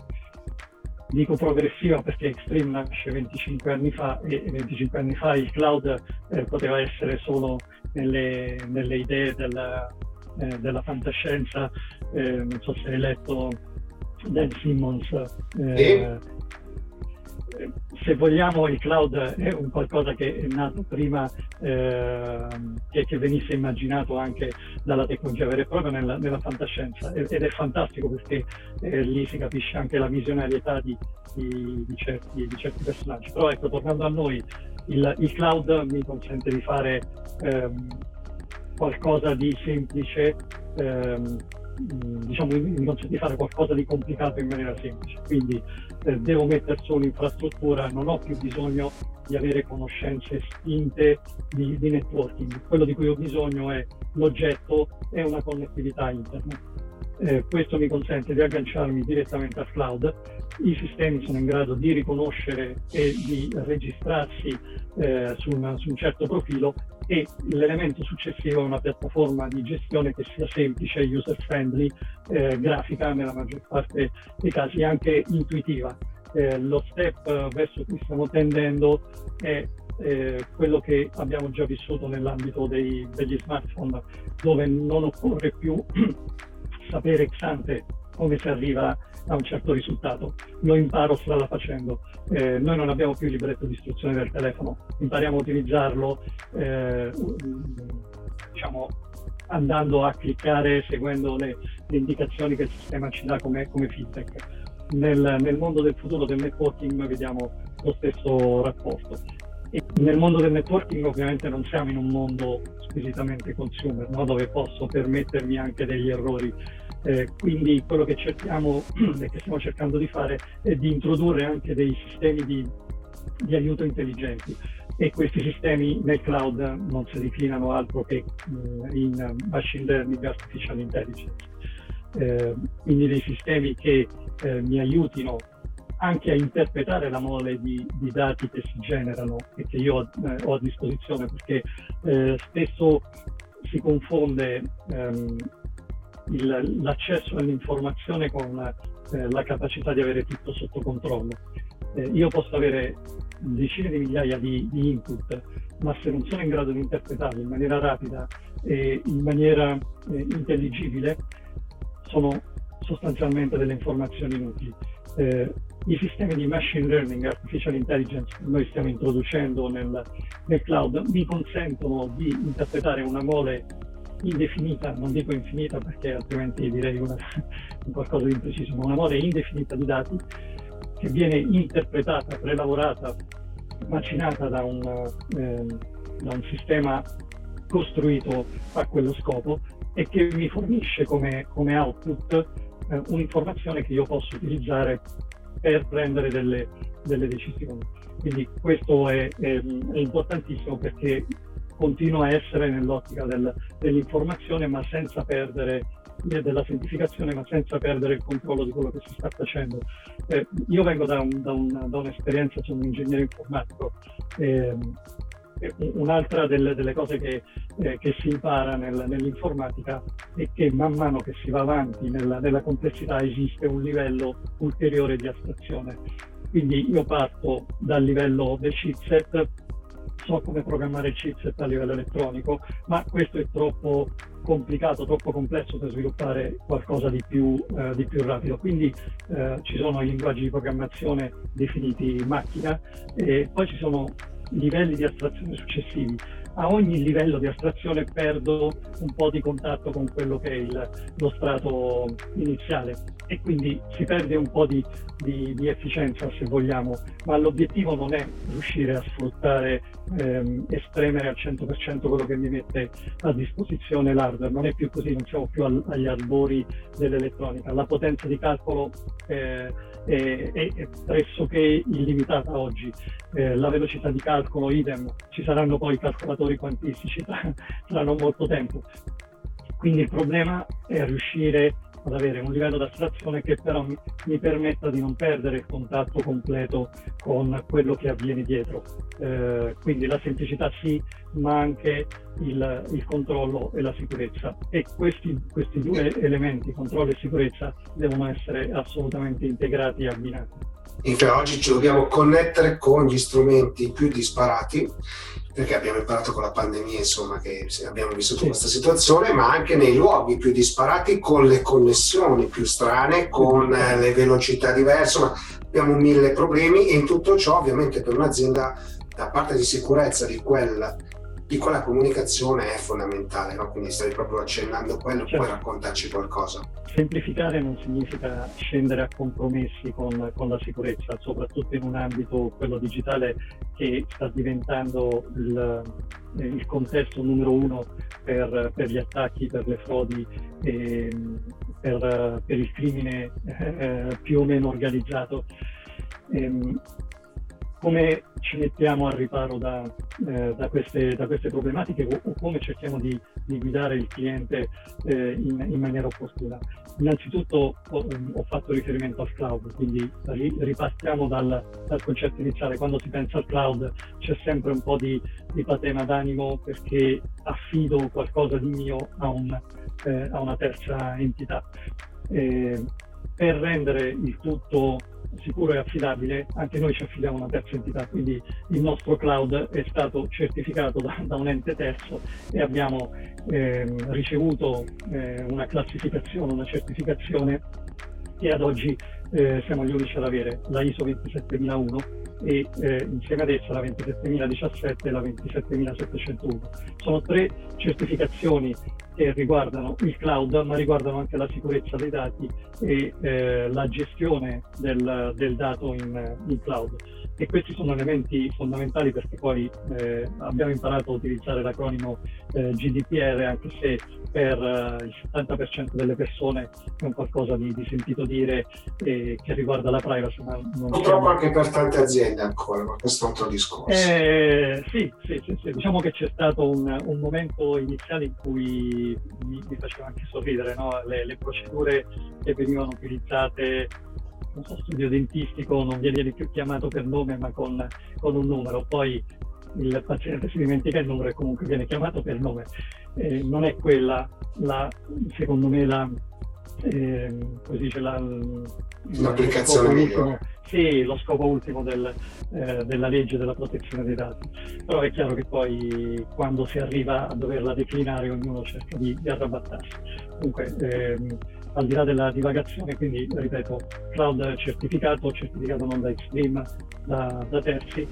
Dico progressiva perché Xstream nasce venticinque anni fa e venticinque anni fa il cloud eh, poteva essere solo nelle, nelle idee della, eh, della fantascienza. Eh, non so se hai letto Dan Simmons, eh, se vogliamo il cloud è un qualcosa che è nato prima eh, che, che venisse immaginato anche dalla tecnologia vera e propria nella, nella fantascienza, ed è fantastico perché eh, lì si capisce anche la visionarietà di, di, di, certi, di certi personaggi. Però ecco, tornando a noi, il, il cloud mi consente di fare ehm, qualcosa di semplice, ehm, diciamo mi consente di fare qualcosa di complicato in maniera semplice. Quindi eh, devo mettere su un'infrastruttura, non ho più bisogno di avere conoscenze spinte di, di networking. Quello di cui ho bisogno è l'oggetto e una connettività internet. Eh, questo mi consente di agganciarmi direttamente al cloud. I sistemi sono in grado di riconoscere e di registrarsi eh, su, una, su un certo profilo, e l'elemento successivo è una piattaforma di gestione che sia semplice, user friendly, eh, grafica nella maggior parte dei casi, anche intuitiva. Eh, lo step verso cui stiamo tendendo è eh, quello che abbiamo già vissuto nell'ambito dei, degli smartphone, dove non occorre più sapere ex ante come si arriva a un certo risultato, lo imparo strada facendo. Eh, noi non abbiamo più il libretto di istruzione del telefono, impariamo a utilizzarlo eh, diciamo andando a cliccare, seguendo le, le indicazioni che il sistema ci dà come, come feedback. Nel, nel mondo del futuro del networking noi vediamo lo stesso rapporto. E nel mondo del networking ovviamente non siamo in un mondo squisitamente consumer, no? Dove posso permettermi anche degli errori. Eh, quindi quello che cerchiamo e che stiamo cercando di fare è di introdurre anche dei sistemi di, di aiuto intelligenti, e questi sistemi nel cloud non si declinano altro che eh, in machine learning, artificial intelligence. Eh, quindi dei sistemi che eh, mi aiutino anche a interpretare la mole di, di dati che si generano e che io eh, ho a disposizione, perché eh, spesso si confonde ehm, il, l'accesso all'informazione con eh, la capacità di avere tutto sotto controllo. Eh, io posso avere decine di migliaia di, di input, ma se non sono in grado di interpretarli in maniera rapida e in maniera eh, intelligibile, sono sostanzialmente delle informazioni inutili. Eh, I sistemi di machine learning, artificial intelligence che noi stiamo introducendo nel, nel cloud mi consentono di interpretare una mole indefinita, non dico infinita perché altrimenti direi una, qualcosa di impreciso, ma una mole indefinita di dati, che viene interpretata, prelavorata, macinata da un, eh, da un sistema costruito a quello scopo e che mi fornisce come, come output eh, un'informazione che io posso utilizzare per prendere delle, delle decisioni. Quindi questo è, è, è importantissimo, perché continua a essere nell'ottica del, dell'informazione, ma senza perdere della semplificazione, ma senza perdere il controllo di quello che si sta facendo. Eh, io vengo da, un, da, un, da un'esperienza, sono un ingegnere informatico. Eh, un'altra delle, delle cose che, eh, che si impara nel, nell'informatica è che man mano che si va avanti nella, nella complessità esiste un livello ulteriore di astrazione. Quindi io parto dal livello del chipset, so come programmare il chipset a livello elettronico, ma questo è troppo complicato, troppo complesso per sviluppare qualcosa di più, eh, di più rapido. Quindi eh, ci sono i linguaggi di programmazione definiti macchina, e poi ci sono livelli di astrazione successivi. A ogni livello di astrazione perdo un po' di contatto con quello che è il, lo strato iniziale, e quindi si perde un po' di, di, di efficienza, se vogliamo, ma l'obiettivo non è riuscire a sfruttare, ehm, esprimere al cento per cento quello che mi mette a disposizione l'hardware. Non è più così, non siamo più al, agli albori dell'elettronica. La potenza di calcolo eh, è, è, è pressoché illimitata oggi, eh, la velocità di calcolo idem, ci saranno poi calcolatori quantistici tra, tra non molto tempo. Quindi il problema è riuscire ad avere un livello di astrazione che però mi, mi permetta di non perdere il contatto completo con quello che avviene dietro. Eh, quindi la semplicità sì, ma anche il, il controllo e la sicurezza. E questi, questi due elementi, controllo e sicurezza, devono essere assolutamente integrati e abbinati. Infatti oggi ci dobbiamo connettere con gli strumenti più disparati, perché abbiamo imparato con la pandemia, insomma, che abbiamo vissuto sì. questa situazione, ma anche nei luoghi più disparati, con le connessioni più strane, con eh, le velocità diverse, ma abbiamo mille problemi, e in tutto ciò ovviamente per un'azienda la parte di sicurezza di quella, di quella comunicazione è fondamentale, no? Quindi stavi proprio accennando quello, certo. Puoi raccontarci qualcosa? Semplificare non significa scendere a compromessi con, con la sicurezza, soprattutto in un ambito, quello digitale, che sta diventando il, il contesto numero uno per, per gli attacchi, per le frodi e per, per il crimine eh, più o meno organizzato. Ehm, come ci mettiamo al riparo da, eh, da, queste, da queste problematiche, o, o come cerchiamo di, di guidare il cliente eh, in, in maniera opportuna? Innanzitutto ho, ho fatto riferimento al cloud, quindi ripartiamo dal, dal concetto iniziale. Quando si pensa al cloud c'è sempre un po' di, di patema d'animo, perché affido qualcosa di mio a, un, eh, a una terza entità. Eh, per rendere il tutto sicuro e affidabile, anche noi ci affidiamo a una terza entità, quindi il nostro cloud è stato certificato da, da un ente terzo, e abbiamo eh, ricevuto eh, una classificazione, una certificazione che ad oggi eh, siamo gli unici ad avere, la I S O ventisettemiladuno, e eh, insieme ad essa la ventisettemila e la ventisettemilasettecentouno. Sono tre certificazioni che riguardano il cloud, ma riguardano anche la sicurezza dei dati e eh, la gestione del, del dato in, in cloud. E questi sono elementi fondamentali, perché poi eh, abbiamo imparato a utilizzare l'acronimo eh, G D P R, anche se per eh, il settanta per cento delle persone è un qualcosa di, di sentito dire eh, che riguarda la privacy. Ma non purtroppo siamo... anche per tante aziende ancora, ma questo è un altro discorso. Eh, sì, sì, sì, sì, diciamo che c'è stato un, un momento iniziale in cui mi, mi faceva anche sorridere, no? le, le procedure che venivano utilizzate, non so, studio dentistico non viene più chiamato per nome ma con, con un numero, poi il paziente si dimentica il numero e comunque viene chiamato per nome. Eh, non è quella la, secondo me la eh, come si dice, la, l'applicazione migliore. Sì, lo scopo ultimo del, eh, della legge della protezione dei dati. Però è chiaro che poi quando si arriva a doverla declinare ognuno cerca di, di arrabattarsi. Comunque ehm, al di là della divagazione, quindi ripeto, cloud certificato, certificato non da Extreme, da, da terzi.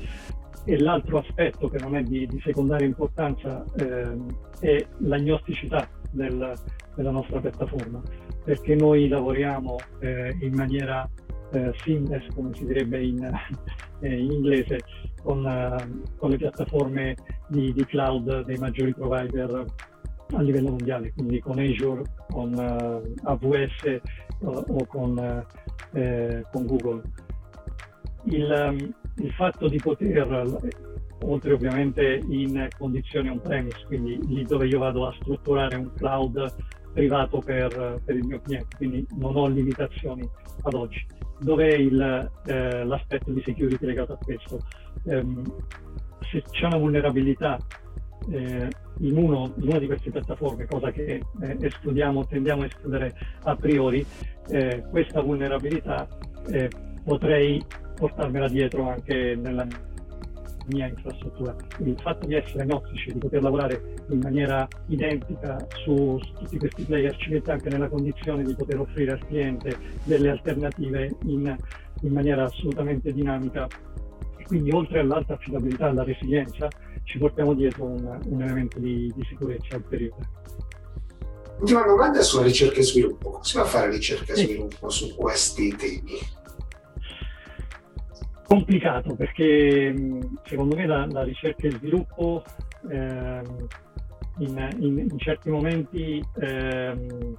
E l'altro aspetto che non è di, di secondaria importanza ehm, è l'agnosticità del, della nostra piattaforma, perché noi lavoriamo eh, in maniera eh, seamless, come si direbbe in, eh, in inglese, con, uh, con le piattaforme di, di cloud dei maggiori provider a livello mondiale, quindi con Azure, con uh, A W S uh, o con, uh, eh, con Google. Il, um, il fatto di poter, oltre ovviamente in condizioni on-premise, quindi lì dove io vado a strutturare un cloud privato per, per il mio cliente, quindi non ho limitazioni ad oggi. Dov'è il, eh, l'aspetto di security legato a questo? Um, se c'è una vulnerabilità eh, in, uno, in una di queste piattaforme, cosa che eh, escludiamo, tendiamo a escludere a priori, eh, questa vulnerabilità eh, potrei portarmela dietro anche nella mia infrastruttura. Quindi il fatto di essere agnostici, di poter lavorare in maniera identica su, su tutti questi player, ci mette anche nella condizione di poter offrire al cliente delle alternative in, in maniera assolutamente dinamica. E quindi oltre all'alta affidabilità e alla resilienza ci portiamo dietro un, un elemento di, di sicurezza ulteriore. Ultima domanda sulla ricerca e sviluppo. Come si va a fare ricerca e sviluppo su questi temi? Complicato, perché secondo me la, la ricerca e sviluppo eh, in, in, in certi momenti eh,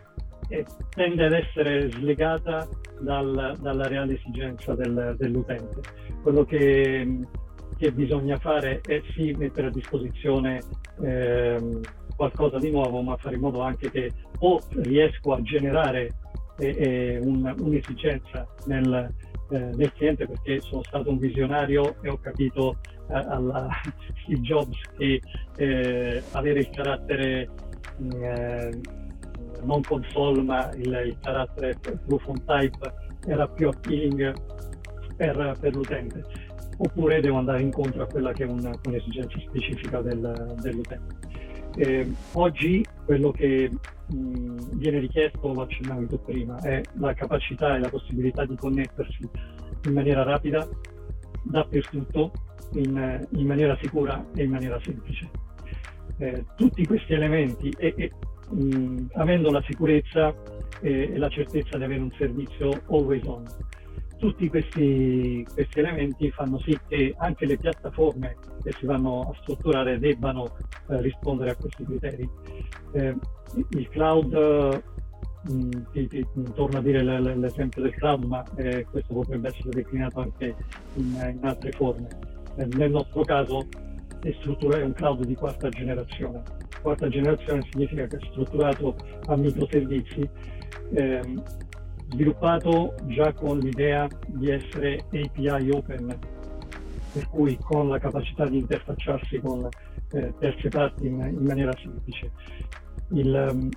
tende ad essere slegata dal, dalla reale esigenza del, dell'utente. Quello che, che bisogna fare è sì mettere a disposizione eh, qualcosa di nuovo, ma fare in modo anche che o riesco a generare eh, eh, un, un'esigenza nel Eh, del cliente, perché sono stato un visionario e ho capito eh, alla Steve Jobs che eh, avere il carattere eh, non console ma il, il carattere proof on type era più appealing per, per l'utente, oppure devo andare incontro a quella che è una, un'esigenza specifica del, dell'utente. Eh, oggi quello che mh, viene richiesto, lo accennavo tu prima, è la capacità e la possibilità di connettersi in maniera rapida, dappertutto, in, in maniera sicura e in maniera semplice. Eh, tutti questi elementi e, e mh, avendo la sicurezza e, e la certezza di avere un servizio always on. Tutti questi, questi elementi fanno sì che anche le piattaforme che si vanno a strutturare debbano eh, rispondere a questi criteri. Eh, il cloud, mh, ti, ti, torno a dire l- l'esempio del cloud, ma eh, questo potrebbe essere declinato anche in, in altre forme. Eh, nel nostro caso è strutturare un cloud di quarta generazione. Quarta generazione significa che è strutturato a microservizi, ehm, sviluppato già con l'idea di essere A P I open, per cui con la capacità di interfacciarsi con eh, terze parti in, in maniera semplice. Il, um,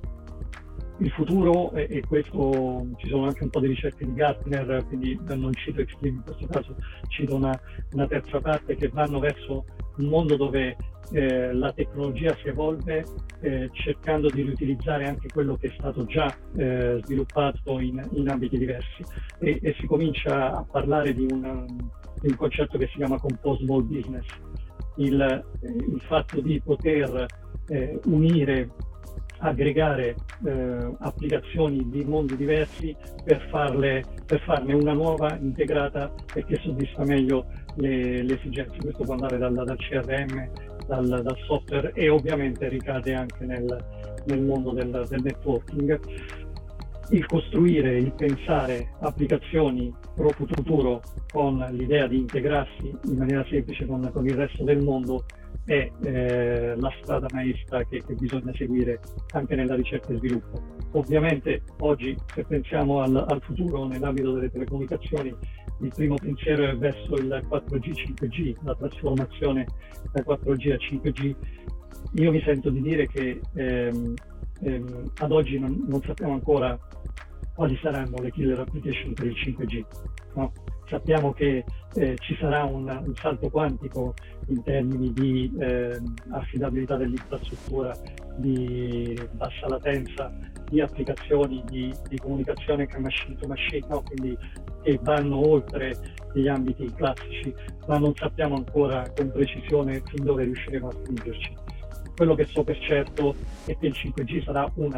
il futuro, e, e questo ci sono anche un po' di ricerche di Gartner, quindi non cito Extreme in questo caso, cito una, una terza parte, che vanno verso un mondo dove eh, la tecnologia si evolve eh, cercando di riutilizzare anche quello che è stato già eh, sviluppato in, in ambiti diversi, e, e si comincia a parlare di un, di un concetto che si chiama composable business, il, il fatto di poter eh, unire, aggregare eh, applicazioni di mondi diversi per, farle, per farne una nuova integrata e che soddisfa meglio le, le esigenze. Questo può andare dal, dal C R M, dal, dal software, e ovviamente ricade anche nel, nel mondo del, del networking. Il costruire, il pensare applicazioni pro futuro con l'idea di integrarsi in maniera semplice con, con il resto del mondo è eh, la strada maestra che, che bisogna seguire anche nella ricerca e sviluppo. Ovviamente oggi, se pensiamo al, al futuro nell'ambito delle telecomunicazioni, il primo pensiero è verso il quattro G cinque G, la trasformazione da quattro G a cinque G. Io mi sento di dire che ehm, ehm, ad oggi non, non sappiamo ancora quali saranno le killer application per il cinque G, no? Sappiamo che eh, ci sarà un, un salto quantico in termini di eh, affidabilità dell'infrastruttura, di bassa latenza, di applicazioni di, di comunicazione che machine to machine, no? Quindi che vanno oltre gli ambiti classici, ma non sappiamo ancora con precisione fin dove riusciremo a spingerci. Quello che so per certo è che il cinque G sarà una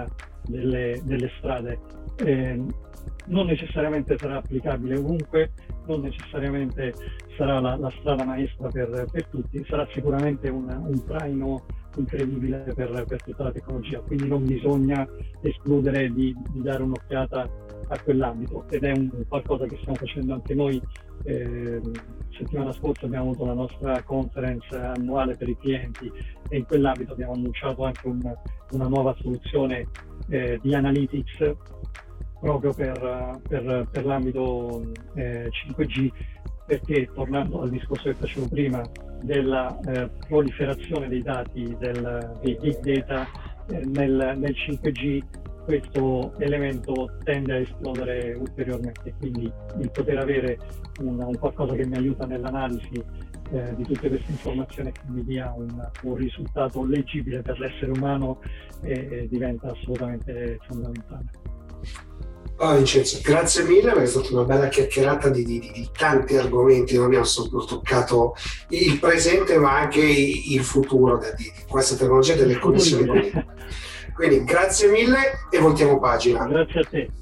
delle, delle strade. Eh, non necessariamente sarà applicabile ovunque, non necessariamente sarà la, la strada maestra per, per tutti, sarà sicuramente un, un traino incredibile per, per tutta la tecnologia, quindi non bisogna escludere di, di dare un'occhiata a quell'ambito, ed è un qualcosa che stiamo facendo anche noi. Eh, settimana scorsa abbiamo avuto la nostra conference annuale per i clienti e in quell'ambito abbiamo annunciato anche un, una nuova soluzione eh, di analytics proprio per, per, per l'ambito eh, cinque G, perché, tornando al discorso che facevo prima della eh, proliferazione dei dati, del, dei big data eh, nel, nel cinque G, questo elemento tende a esplodere ulteriormente, quindi il poter avere un, un qualcosa che mi aiuta nell'analisi eh, di tutte queste informazioni e che mi dia un, un risultato leggibile per l'essere umano eh, eh, diventa assolutamente fondamentale. Oh, Vincenzo, grazie mille, perché è stata una bella chiacchierata di, di, di tanti argomenti. Non abbiamo solo toccato il presente ma anche il futuro di, di questa tecnologia delle connessioni. Quindi grazie mille e voltiamo pagina. Grazie a te.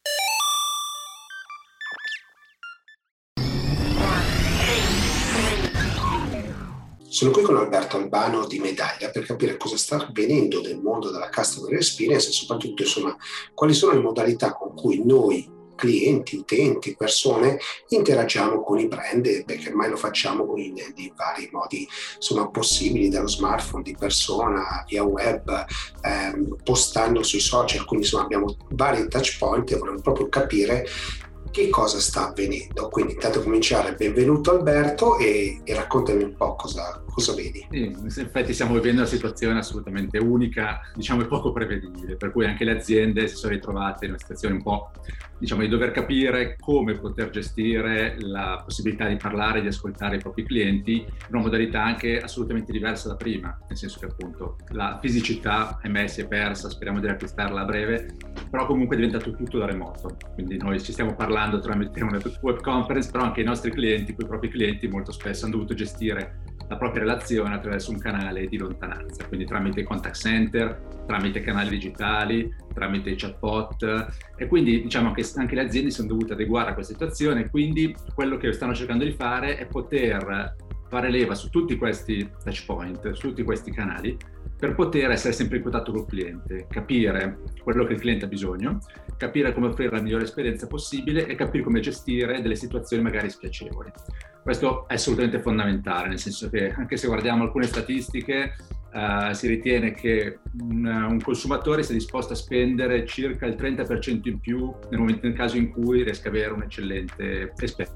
Sono qui con Alberto Albano di Medaglia per capire cosa sta avvenendo nel mondo della customer experience e soprattutto, insomma, quali sono le modalità con cui noi clienti, utenti, persone interagiamo con i brand, perché ormai lo facciamo in, in vari modi insomma possibili, dallo smartphone, di persona, via web, ehm, postando sui social. Quindi insomma abbiamo vari touch point e vogliamo proprio capire che cosa sta avvenendo. Quindi intanto cominciare, benvenuto Alberto, e, e raccontami un po' cosa, cosa vedi. Sì, in effetti stiamo vivendo una situazione assolutamente unica, diciamo, e poco prevedibile, per cui anche le aziende si sono ritrovate in una situazione un po', diciamo, di dover capire come poter gestire la possibilità di parlare, di ascoltare i propri clienti in una modalità anche assolutamente diversa da prima, nel senso che appunto la fisicità, ahimè, si è persa, speriamo di riacquistarla a breve, però comunque è diventato tutto da remoto, quindi noi ci stiamo parlando tramite una web conference, però anche i nostri clienti, i propri clienti molto spesso hanno dovuto gestire la propria relazione attraverso un canale di lontananza, quindi tramite contact center, tramite canali digitali, tramite chatbot, e quindi diciamo che anche le aziende si sono dovute adeguare a questa situazione. Quindi quello che stanno cercando di fare è poter fare leva su tutti questi touch point, su tutti questi canali, per poter essere sempre in contatto col cliente, capire quello che il cliente ha bisogno, capire come offrire la migliore esperienza possibile e capire come gestire delle situazioni magari spiacevoli. Questo è assolutamente fondamentale, nel senso che anche se guardiamo alcune statistiche, uh, si ritiene che un, un consumatore sia disposto a spendere circa il trenta per cento in più nel momento, nel caso in cui riesca ad avere un'eccellente esperienza.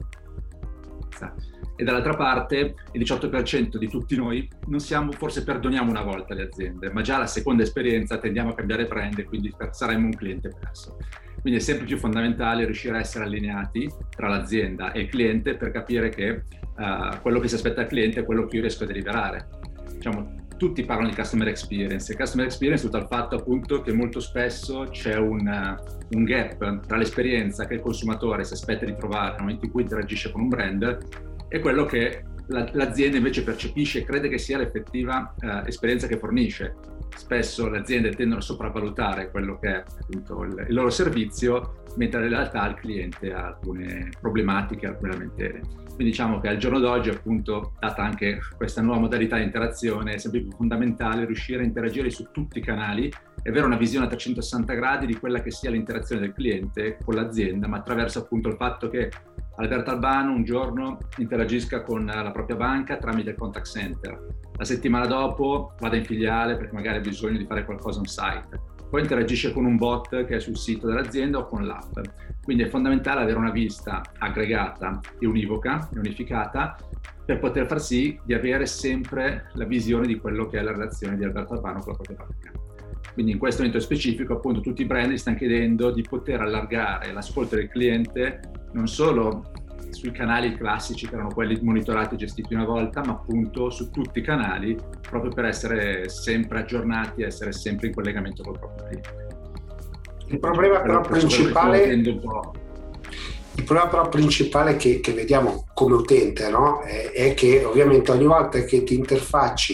E dall'altra parte il diciotto per cento di tutti noi non siamo, forse perdoniamo una volta le aziende, ma già la seconda esperienza tendiamo a cambiare brand e quindi saremo un cliente perso. Quindi è sempre più fondamentale riuscire a essere allineati tra l'azienda e il cliente per capire che uh, quello che si aspetta dal cliente è quello che io riesco a deliberare. Diciamo, tutti parlano di customer experience, e customer experience è tutto il fatto appunto che molto spesso c'è un, uh, un gap tra l'esperienza che il consumatore si aspetta di trovare nel momento in cui interagisce con un brand e quello che la, l'azienda invece percepisce e crede che sia l'effettiva uh, esperienza che fornisce. Spesso le aziende tendono a sopravvalutare quello che è appunto il, il loro servizio, mentre in realtà il cliente ha alcune problematiche, alcune lamentele. Quindi diciamo che al giorno d'oggi, appunto, data anche questa nuova modalità di interazione, è sempre più fondamentale riuscire a interagire su tutti i canali e avere una visione a trecentosessanta gradi di quella che sia l'interazione del cliente con l'azienda, ma attraverso appunto il fatto che Alberto Albano un giorno interagisca con la propria banca tramite il contact center, la settimana dopo vada in filiale perché magari ha bisogno di fare qualcosa on site, poi interagisce con un bot che è sul sito dell'azienda o con l'app. Quindi è fondamentale avere una vista aggregata e univoca e unificata per poter far sì di avere sempre la visione di quello che è la relazione di Alberto Albano con la propria banca. Quindi in questo momento specifico appunto tutti i brand stanno chiedendo di poter allargare l'ascolto del cliente non solo sui canali classici che erano quelli monitorati e gestiti una volta, ma appunto su tutti i canali, proprio per essere sempre aggiornati e essere sempre in collegamento col proprio cliente. Il problema però principale il problema però principale che, che vediamo come utente, no? è, è che ovviamente ogni volta che ti interfacci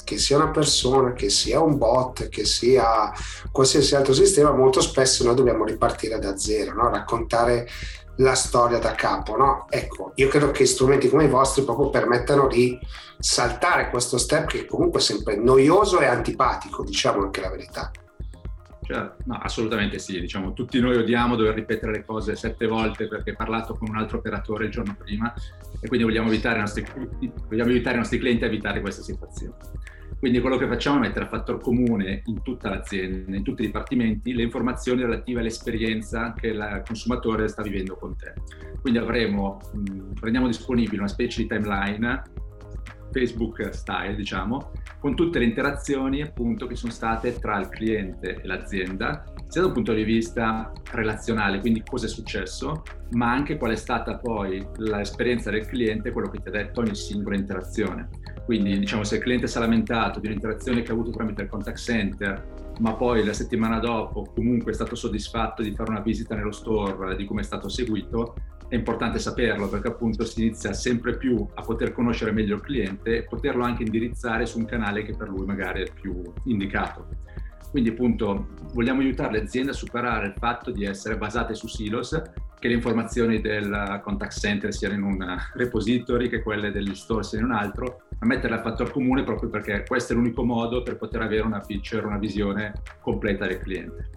che sia una persona, che sia un bot, che sia qualsiasi altro sistema, molto spesso noi dobbiamo ripartire da zero, no? Raccontare la storia da capo, no? Ecco, io credo che strumenti come i vostri proprio permettano di saltare questo step che comunque è sempre noioso e antipatico, diciamo anche la verità. Cioè, no, assolutamente sì, diciamo, tutti noi odiamo dover ripetere le cose sette volte perché hai parlato con un altro operatore il giorno prima e quindi vogliamo evitare i nostri, vogliamo evitare i nostri clienti a evitare questa situazione. Quindi quello che facciamo è mettere a fattor comune in tutta l'azienda, in tutti i dipartimenti, le informazioni relative all'esperienza che il consumatore sta vivendo con te. Quindi avremo, mh, rendiamo disponibile una specie di timeline Facebook style, diciamo, con tutte le interazioni appunto che sono state tra il cliente e l'azienda, sia da un punto di vista relazionale, quindi cosa è successo, ma anche qual è stata poi l'esperienza del cliente, quello che ti ha detto ogni singola interazione. Quindi diciamo, se il cliente si è lamentato di un'interazione che ha avuto tramite il contact center, ma poi la settimana dopo comunque è stato soddisfatto di fare una visita nello store, di come è stato seguito, è importante saperlo, perché appunto si inizia sempre più a poter conoscere meglio il cliente e poterlo anche indirizzare su un canale che per lui magari è più indicato. Quindi appunto vogliamo aiutare le aziende a superare il fatto di essere basate su silos, che le informazioni del contact center siano in un repository, che quelle degli store siano in un altro, a metterle a fattor comune proprio perché questo è l'unico modo per poter avere una feature, una visione completa del cliente.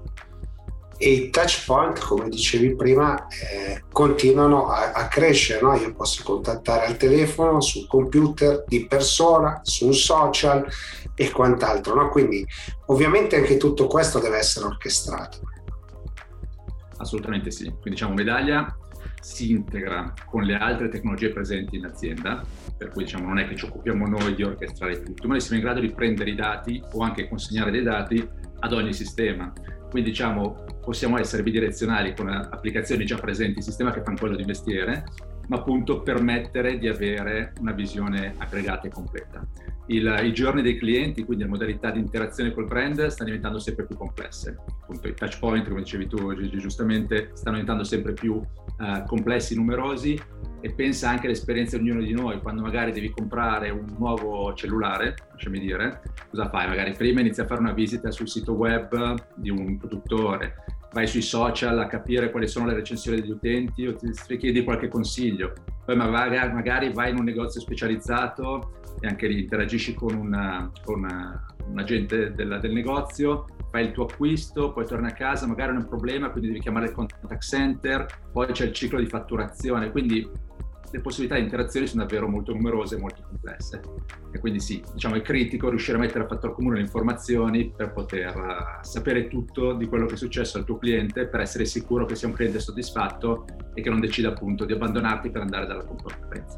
E i touch point, come dicevi prima, eh, continuano a, a crescere, no? Io posso contattare al telefono, sul computer, di persona, su un social e quant'altro, no? Quindi ovviamente anche tutto questo deve essere orchestrato. Assolutamente sì. Quindi diciamo Medaglia si integra con le altre tecnologie presenti in azienda, per cui diciamo non è che ci occupiamo noi di orchestrare tutto, ma noi siamo in grado di prendere i dati o anche consegnare dei dati ad ogni sistema. Quindi diciamo possiamo essere bidirezionali con applicazioni già presenti in sistema che fanno quello di mestiere, ma appunto permettere di avere una visione aggregata e completa. Il, I giorni dei clienti, quindi le modalità di interazione col brand, stanno diventando sempre più complesse. Appunto i touch point, come dicevi tu Gigi, giustamente, stanno diventando sempre più uh, complessi, numerosi, e pensa anche all'esperienza di ognuno di noi. Quando magari devi comprare un nuovo cellulare, lasciami dire, cosa fai? Magari prima inizi a fare una visita sul sito web di un produttore, vai sui social a capire quali sono le recensioni degli utenti o ti richiedi qualche consiglio, poi magari, magari vai in un negozio specializzato e anche lì interagisci con, una, con una, un agente del, del negozio, fai il tuo acquisto, poi torni a casa, magari non è un problema, quindi devi chiamare il contact center, poi c'è il ciclo di fatturazione, quindi le possibilità di interazione sono davvero molto numerose e molto complesse. E quindi sì, diciamo è critico riuscire a mettere a fattor comune le informazioni per poter uh, sapere tutto di quello che è successo al tuo cliente, per essere sicuro che sia un cliente soddisfatto e che non decida appunto di abbandonarti per andare dalla concorrenza.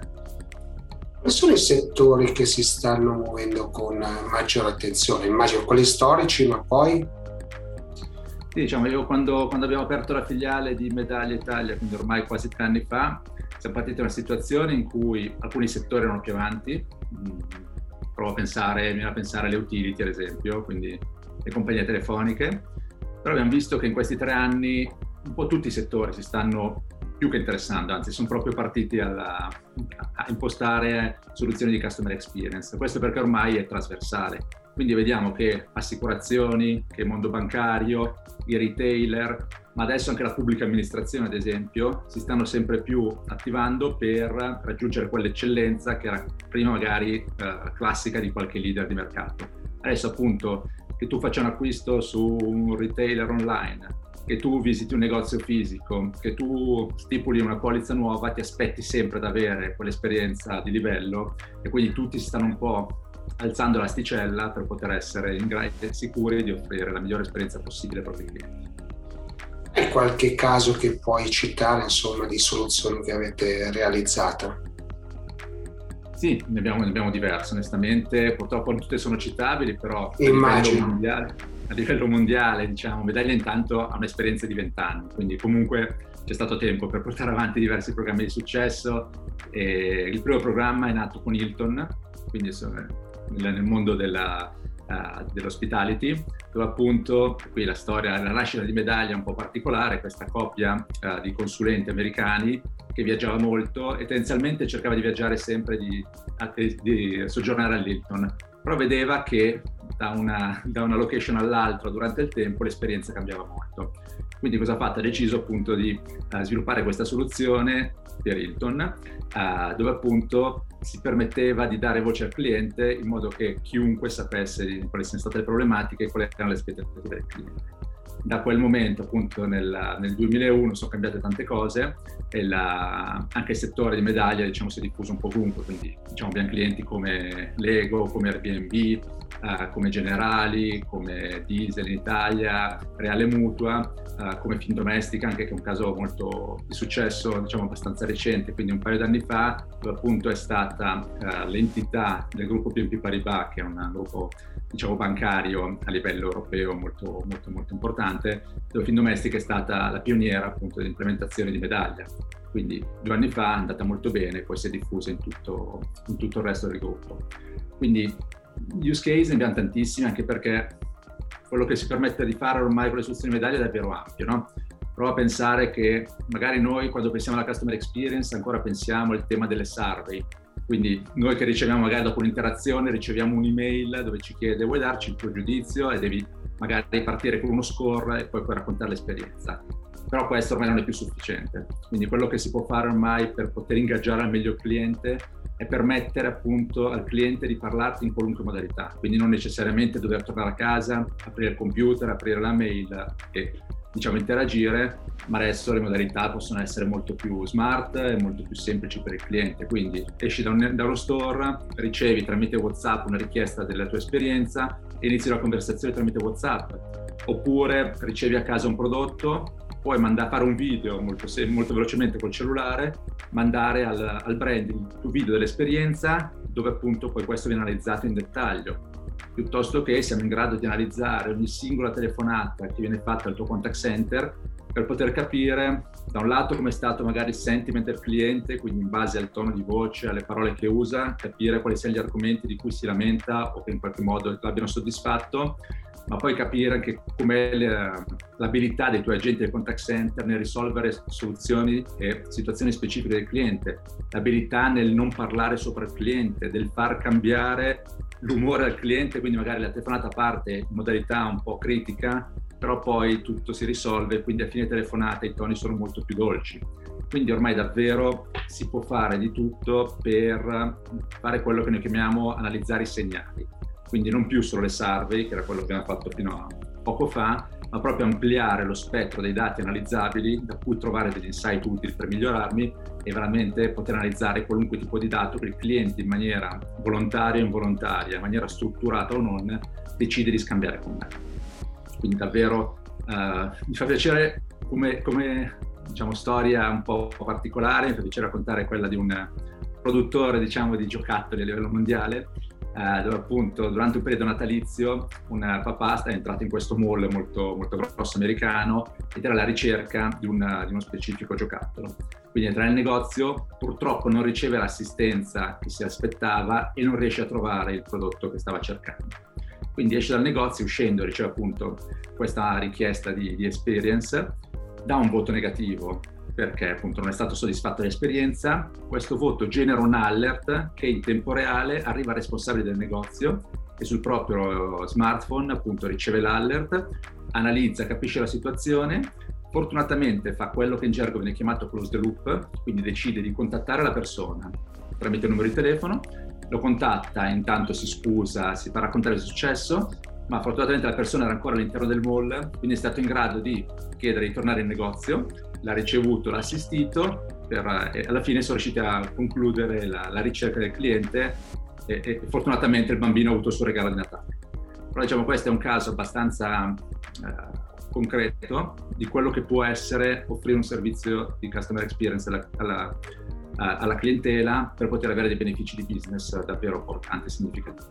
Quali sono i settori che si stanno muovendo con maggiore attenzione? Immagino quelli storici, ma poi? Sì, diciamo, io quando, quando abbiamo aperto la filiale di Medaglia Italia, quindi ormai quasi tre anni fa, siamo partiti da una situazione in cui alcuni settori erano più avanti. Provo a pensare, mi viene a pensare alle utility ad esempio, quindi le compagnie telefoniche, però abbiamo visto che in questi tre anni un po' tutti i settori si stanno più che interessando, anzi sono proprio partiti alla, a impostare soluzioni di customer experience. Questo perché ormai è trasversale, quindi vediamo che assicurazioni, che mondo bancario, i retailer, ma adesso anche la pubblica amministrazione ad esempio, si stanno sempre più attivando per raggiungere quell'eccellenza che era prima magari eh, classica di qualche leader di mercato. Adesso appunto che tu faccia un acquisto su un retailer online, che tu visiti un negozio fisico, che tu stipuli una polizza nuova, ti aspetti sempre ad avere quell'esperienza di livello, e quindi tutti si stanno un po' alzando l'asticella per poter essere in grado e sicuri di offrire la migliore esperienza possibile ai propri clienti. Hai qualche caso che puoi citare, insomma, di soluzioni che avete realizzato? Sì, ne abbiamo, ne abbiamo diverse, onestamente. Purtroppo non tutte sono citabili, però a Immagino. livello mondiale, a livello mondiale, diciamo, Medaglia intanto ha un'esperienza di vent'anni, quindi comunque c'è stato tempo per portare avanti diversi programmi di successo. E il primo programma è nato con Hilton, quindi nel mondo della, uh, dell'hospitality, dove appunto, qui la storia, la nascita di Medaglia è un po' particolare, questa coppia uh, di consulenti americani che viaggiava molto e tendenzialmente cercava di viaggiare sempre, di, di soggiornare all'Hilton. però vedeva che da una, da una location all'altra durante il tempo l'esperienza cambiava molto. Quindi cosa ha fatto? Ha deciso appunto di uh, sviluppare questa soluzione per Hilton, uh, dove appunto si permetteva di dare voce al cliente in modo che chiunque sapesse di quali siano state le problematiche e quali erano le aspettative del cliente. Da quel momento, appunto nel, nel duemilauno, sono cambiate tante cose e la, anche il settore di medaglia, diciamo, si è diffuso un po' ovunque, quindi diciamo, abbiamo clienti come Lego, come Airbnb, eh, come Generali, come Diesel in Italia, Reale Mutua, eh, come Findomestica, anche che è un caso molto di successo, diciamo abbastanza recente, quindi un paio d'anni fa, dove appunto è stata eh, l'entità del gruppo B N P Paribas, che è un gruppo diciamo bancario a livello europeo molto molto molto importante, dove Findomestica è stata la pioniera appunto dell'implementazione di medaglia. Quindi due anni fa è andata molto bene, poi si è diffusa in tutto, in tutto il resto del gruppo. Quindi use case ne abbiamo tantissimi, anche perché quello che si permette di fare ormai con le soluzioni di medaglia è davvero ampio, no? Prova a pensare che magari noi quando pensiamo alla customer experience ancora pensiamo al tema delle survey. Quindi noi che riceviamo magari dopo un'interazione, riceviamo un'email dove ci chiede vuoi darci il tuo giudizio e devi magari partire con uno score e poi puoi raccontare l'esperienza. Però questo ormai non è più sufficiente. Quindi quello che si può fare ormai per poter ingaggiare al meglio il cliente è permettere appunto al cliente di parlarti in qualunque modalità. Quindi non necessariamente dover tornare a casa, aprire il computer, aprire la mail e diciamo interagire, ma adesso le modalità possono essere molto più smart e molto più semplici per il cliente. Quindi esci da, un, da uno store, ricevi tramite WhatsApp una richiesta della tua esperienza e inizi la conversazione tramite WhatsApp, oppure ricevi a casa un prodotto, puoi mandare fare un video molto, molto velocemente col cellulare, mandare al, al brand il tuo video dell'esperienza, dove appunto poi questo viene analizzato in dettaglio, piuttosto che siamo in grado di analizzare ogni singola telefonata che viene fatta al tuo contact center per poter capire da un lato come è stato magari il sentiment del cliente, quindi in base al tono di voce, alle parole che usa, capire quali siano gli argomenti di cui si lamenta o che in qualche modo l'abbiano soddisfatto, ma poi capire anche com'è le, l'abilità dei tuoi agenti del contact center nel risolvere soluzioni e situazioni specifiche del cliente, l'abilità nel non parlare sopra il cliente, del far cambiare l'umore al cliente, quindi magari la telefonata parte in modalità un po' critica, però poi tutto si risolve, quindi a fine telefonata i toni sono molto più dolci. Quindi ormai davvero si può fare di tutto per fare quello che noi chiamiamo analizzare i segnali. Quindi non più solo le survey, che era quello che abbiamo fatto fino a poco fa, ma proprio ampliare lo spettro dei dati analizzabili da cui trovare degli insight utili per migliorarmi e veramente poter analizzare qualunque tipo di dato che il cliente in maniera volontaria o involontaria, in maniera strutturata o non, decide di scambiare con me. Quindi davvero uh, mi fa piacere come, come diciamo, storia un po' particolare, mi fa piacere raccontare quella di un produttore diciamo, di giocattoli a livello mondiale, Uh, dove appunto durante un periodo natalizio un papà è entrato in questo mall molto, molto grosso americano ed era alla ricerca di, una, di uno specifico giocattolo. Quindi entra nel negozio, purtroppo non riceve l'assistenza che si aspettava e non riesce a trovare il prodotto che stava cercando. Quindi esce dal negozio, uscendo riceve appunto questa richiesta di, di experience, dà un voto negativo perché appunto non è stato soddisfatto dell'esperienza. Questo voto genera un alert che in tempo reale arriva al responsabile del negozio e sul proprio smartphone appunto riceve l'alert, analizza, capisce la situazione, fortunatamente fa quello che in gergo viene chiamato close the loop, quindi decide di contattare la persona tramite il numero di telefono, lo contatta, intanto si scusa, si fa raccontare il successo, ma fortunatamente la persona era ancora all'interno del mall, quindi è stato in grado di chiedere di tornare in negozio, l'ha ricevuto, l'ha assistito, per, e alla fine sono riusciti a concludere la, la ricerca del cliente e, e fortunatamente il bambino ha avuto il suo regalo di Natale. Però diciamo questo è un caso abbastanza eh, concreto di quello che può essere offrire un servizio di customer experience alla, alla, alla clientela per poter avere dei benefici di business davvero importanti e significativi.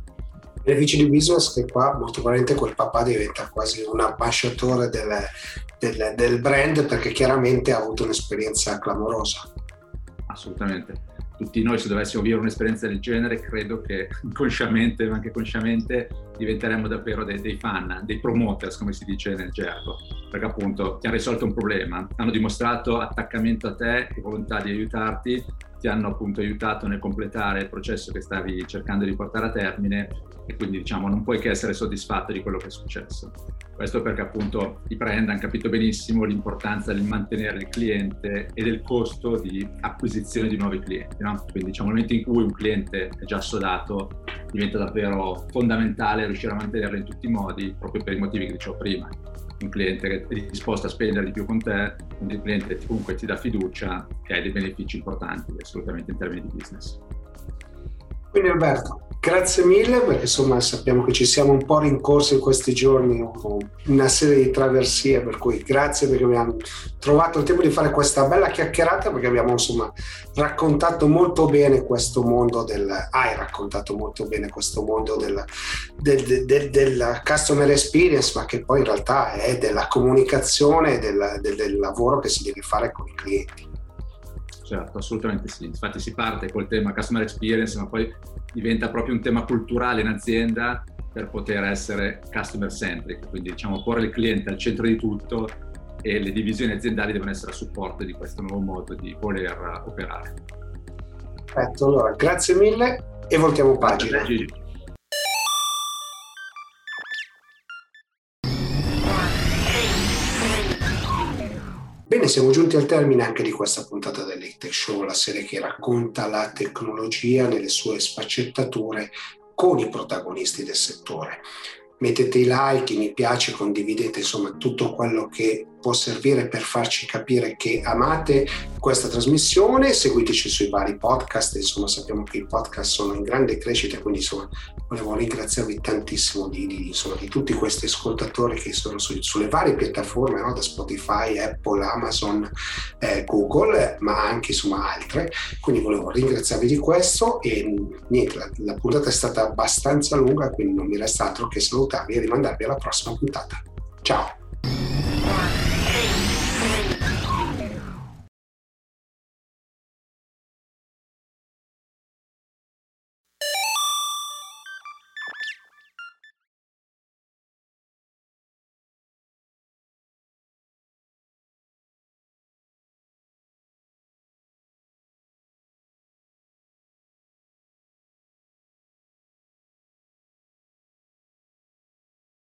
Benefici di business che qua molto probabilmente quel papà diventa quasi un ambasciatore del, del, del brand perché chiaramente ha avuto un'esperienza clamorosa. Assolutamente. Tutti noi se dovessimo vivere un'esperienza del genere credo che inconsciamente ma anche consciamente diventeremmo davvero dei, dei fan, dei promoters come si dice nel gergo, perché appunto ti hanno risolto un problema, hanno dimostrato attaccamento a te e volontà di aiutarti, ti ti hanno appunto aiutato nel completare il processo che stavi cercando di portare a termine, e quindi diciamo non puoi che essere soddisfatto di quello che è successo. Questo perché appunto i brand hanno capito benissimo l'importanza del mantenere il cliente e del costo di acquisizione di nuovi clienti, no? Quindi diciamo nel momento in cui un cliente è già sodato diventa davvero fondamentale riuscire a mantenerlo in tutti i modi, proprio per i motivi che dicevo prima. Un cliente che è disposto a spendere di più con te, un cliente che comunque ti dà fiducia, che hai dei benefici importanti assolutamente in termini di business. Quindi Alberto, grazie mille, perché insomma sappiamo che ci siamo un po' rincorsi in questi giorni con una serie di traversie, per cui grazie perché abbiamo trovato il tempo di fare questa bella chiacchierata, perché abbiamo insomma raccontato molto bene questo mondo del hai raccontato molto bene questo mondo del, del, del, del customer experience, ma che poi in realtà è della comunicazione, del, del, del lavoro che si deve fare con i clienti. Certo, assolutamente sì. Infatti si parte col tema customer experience, ma poi diventa proprio un tema culturale in azienda per poter essere customer centric, quindi diciamo porre il cliente al centro di tutto, e le divisioni aziendali devono essere a supporto di questo nuovo modo di voler operare. Perfetto, allora grazie mille e voltiamo pagina. Bene, siamo giunti al termine anche di questa puntata dell'E-Tech Show, la serie che racconta la tecnologia nelle sue sfaccettature con i protagonisti del settore. Mettete i like, i mi piace, condividete insomma tutto quello che può servire per farci capire che amate questa trasmissione, seguiteci sui vari podcast, insomma sappiamo che i podcast sono in grande crescita, quindi insomma volevo ringraziarvi tantissimo di, di, insomma, di tutti questi ascoltatori che sono su, sulle varie piattaforme, no? Da Spotify, Apple, Amazon, eh, Google, ma anche insomma altre, quindi volevo ringraziarvi di questo e niente, la, la puntata è stata abbastanza lunga, quindi non mi resta altro che salutarvi e rimandarvi alla prossima puntata. Ciao!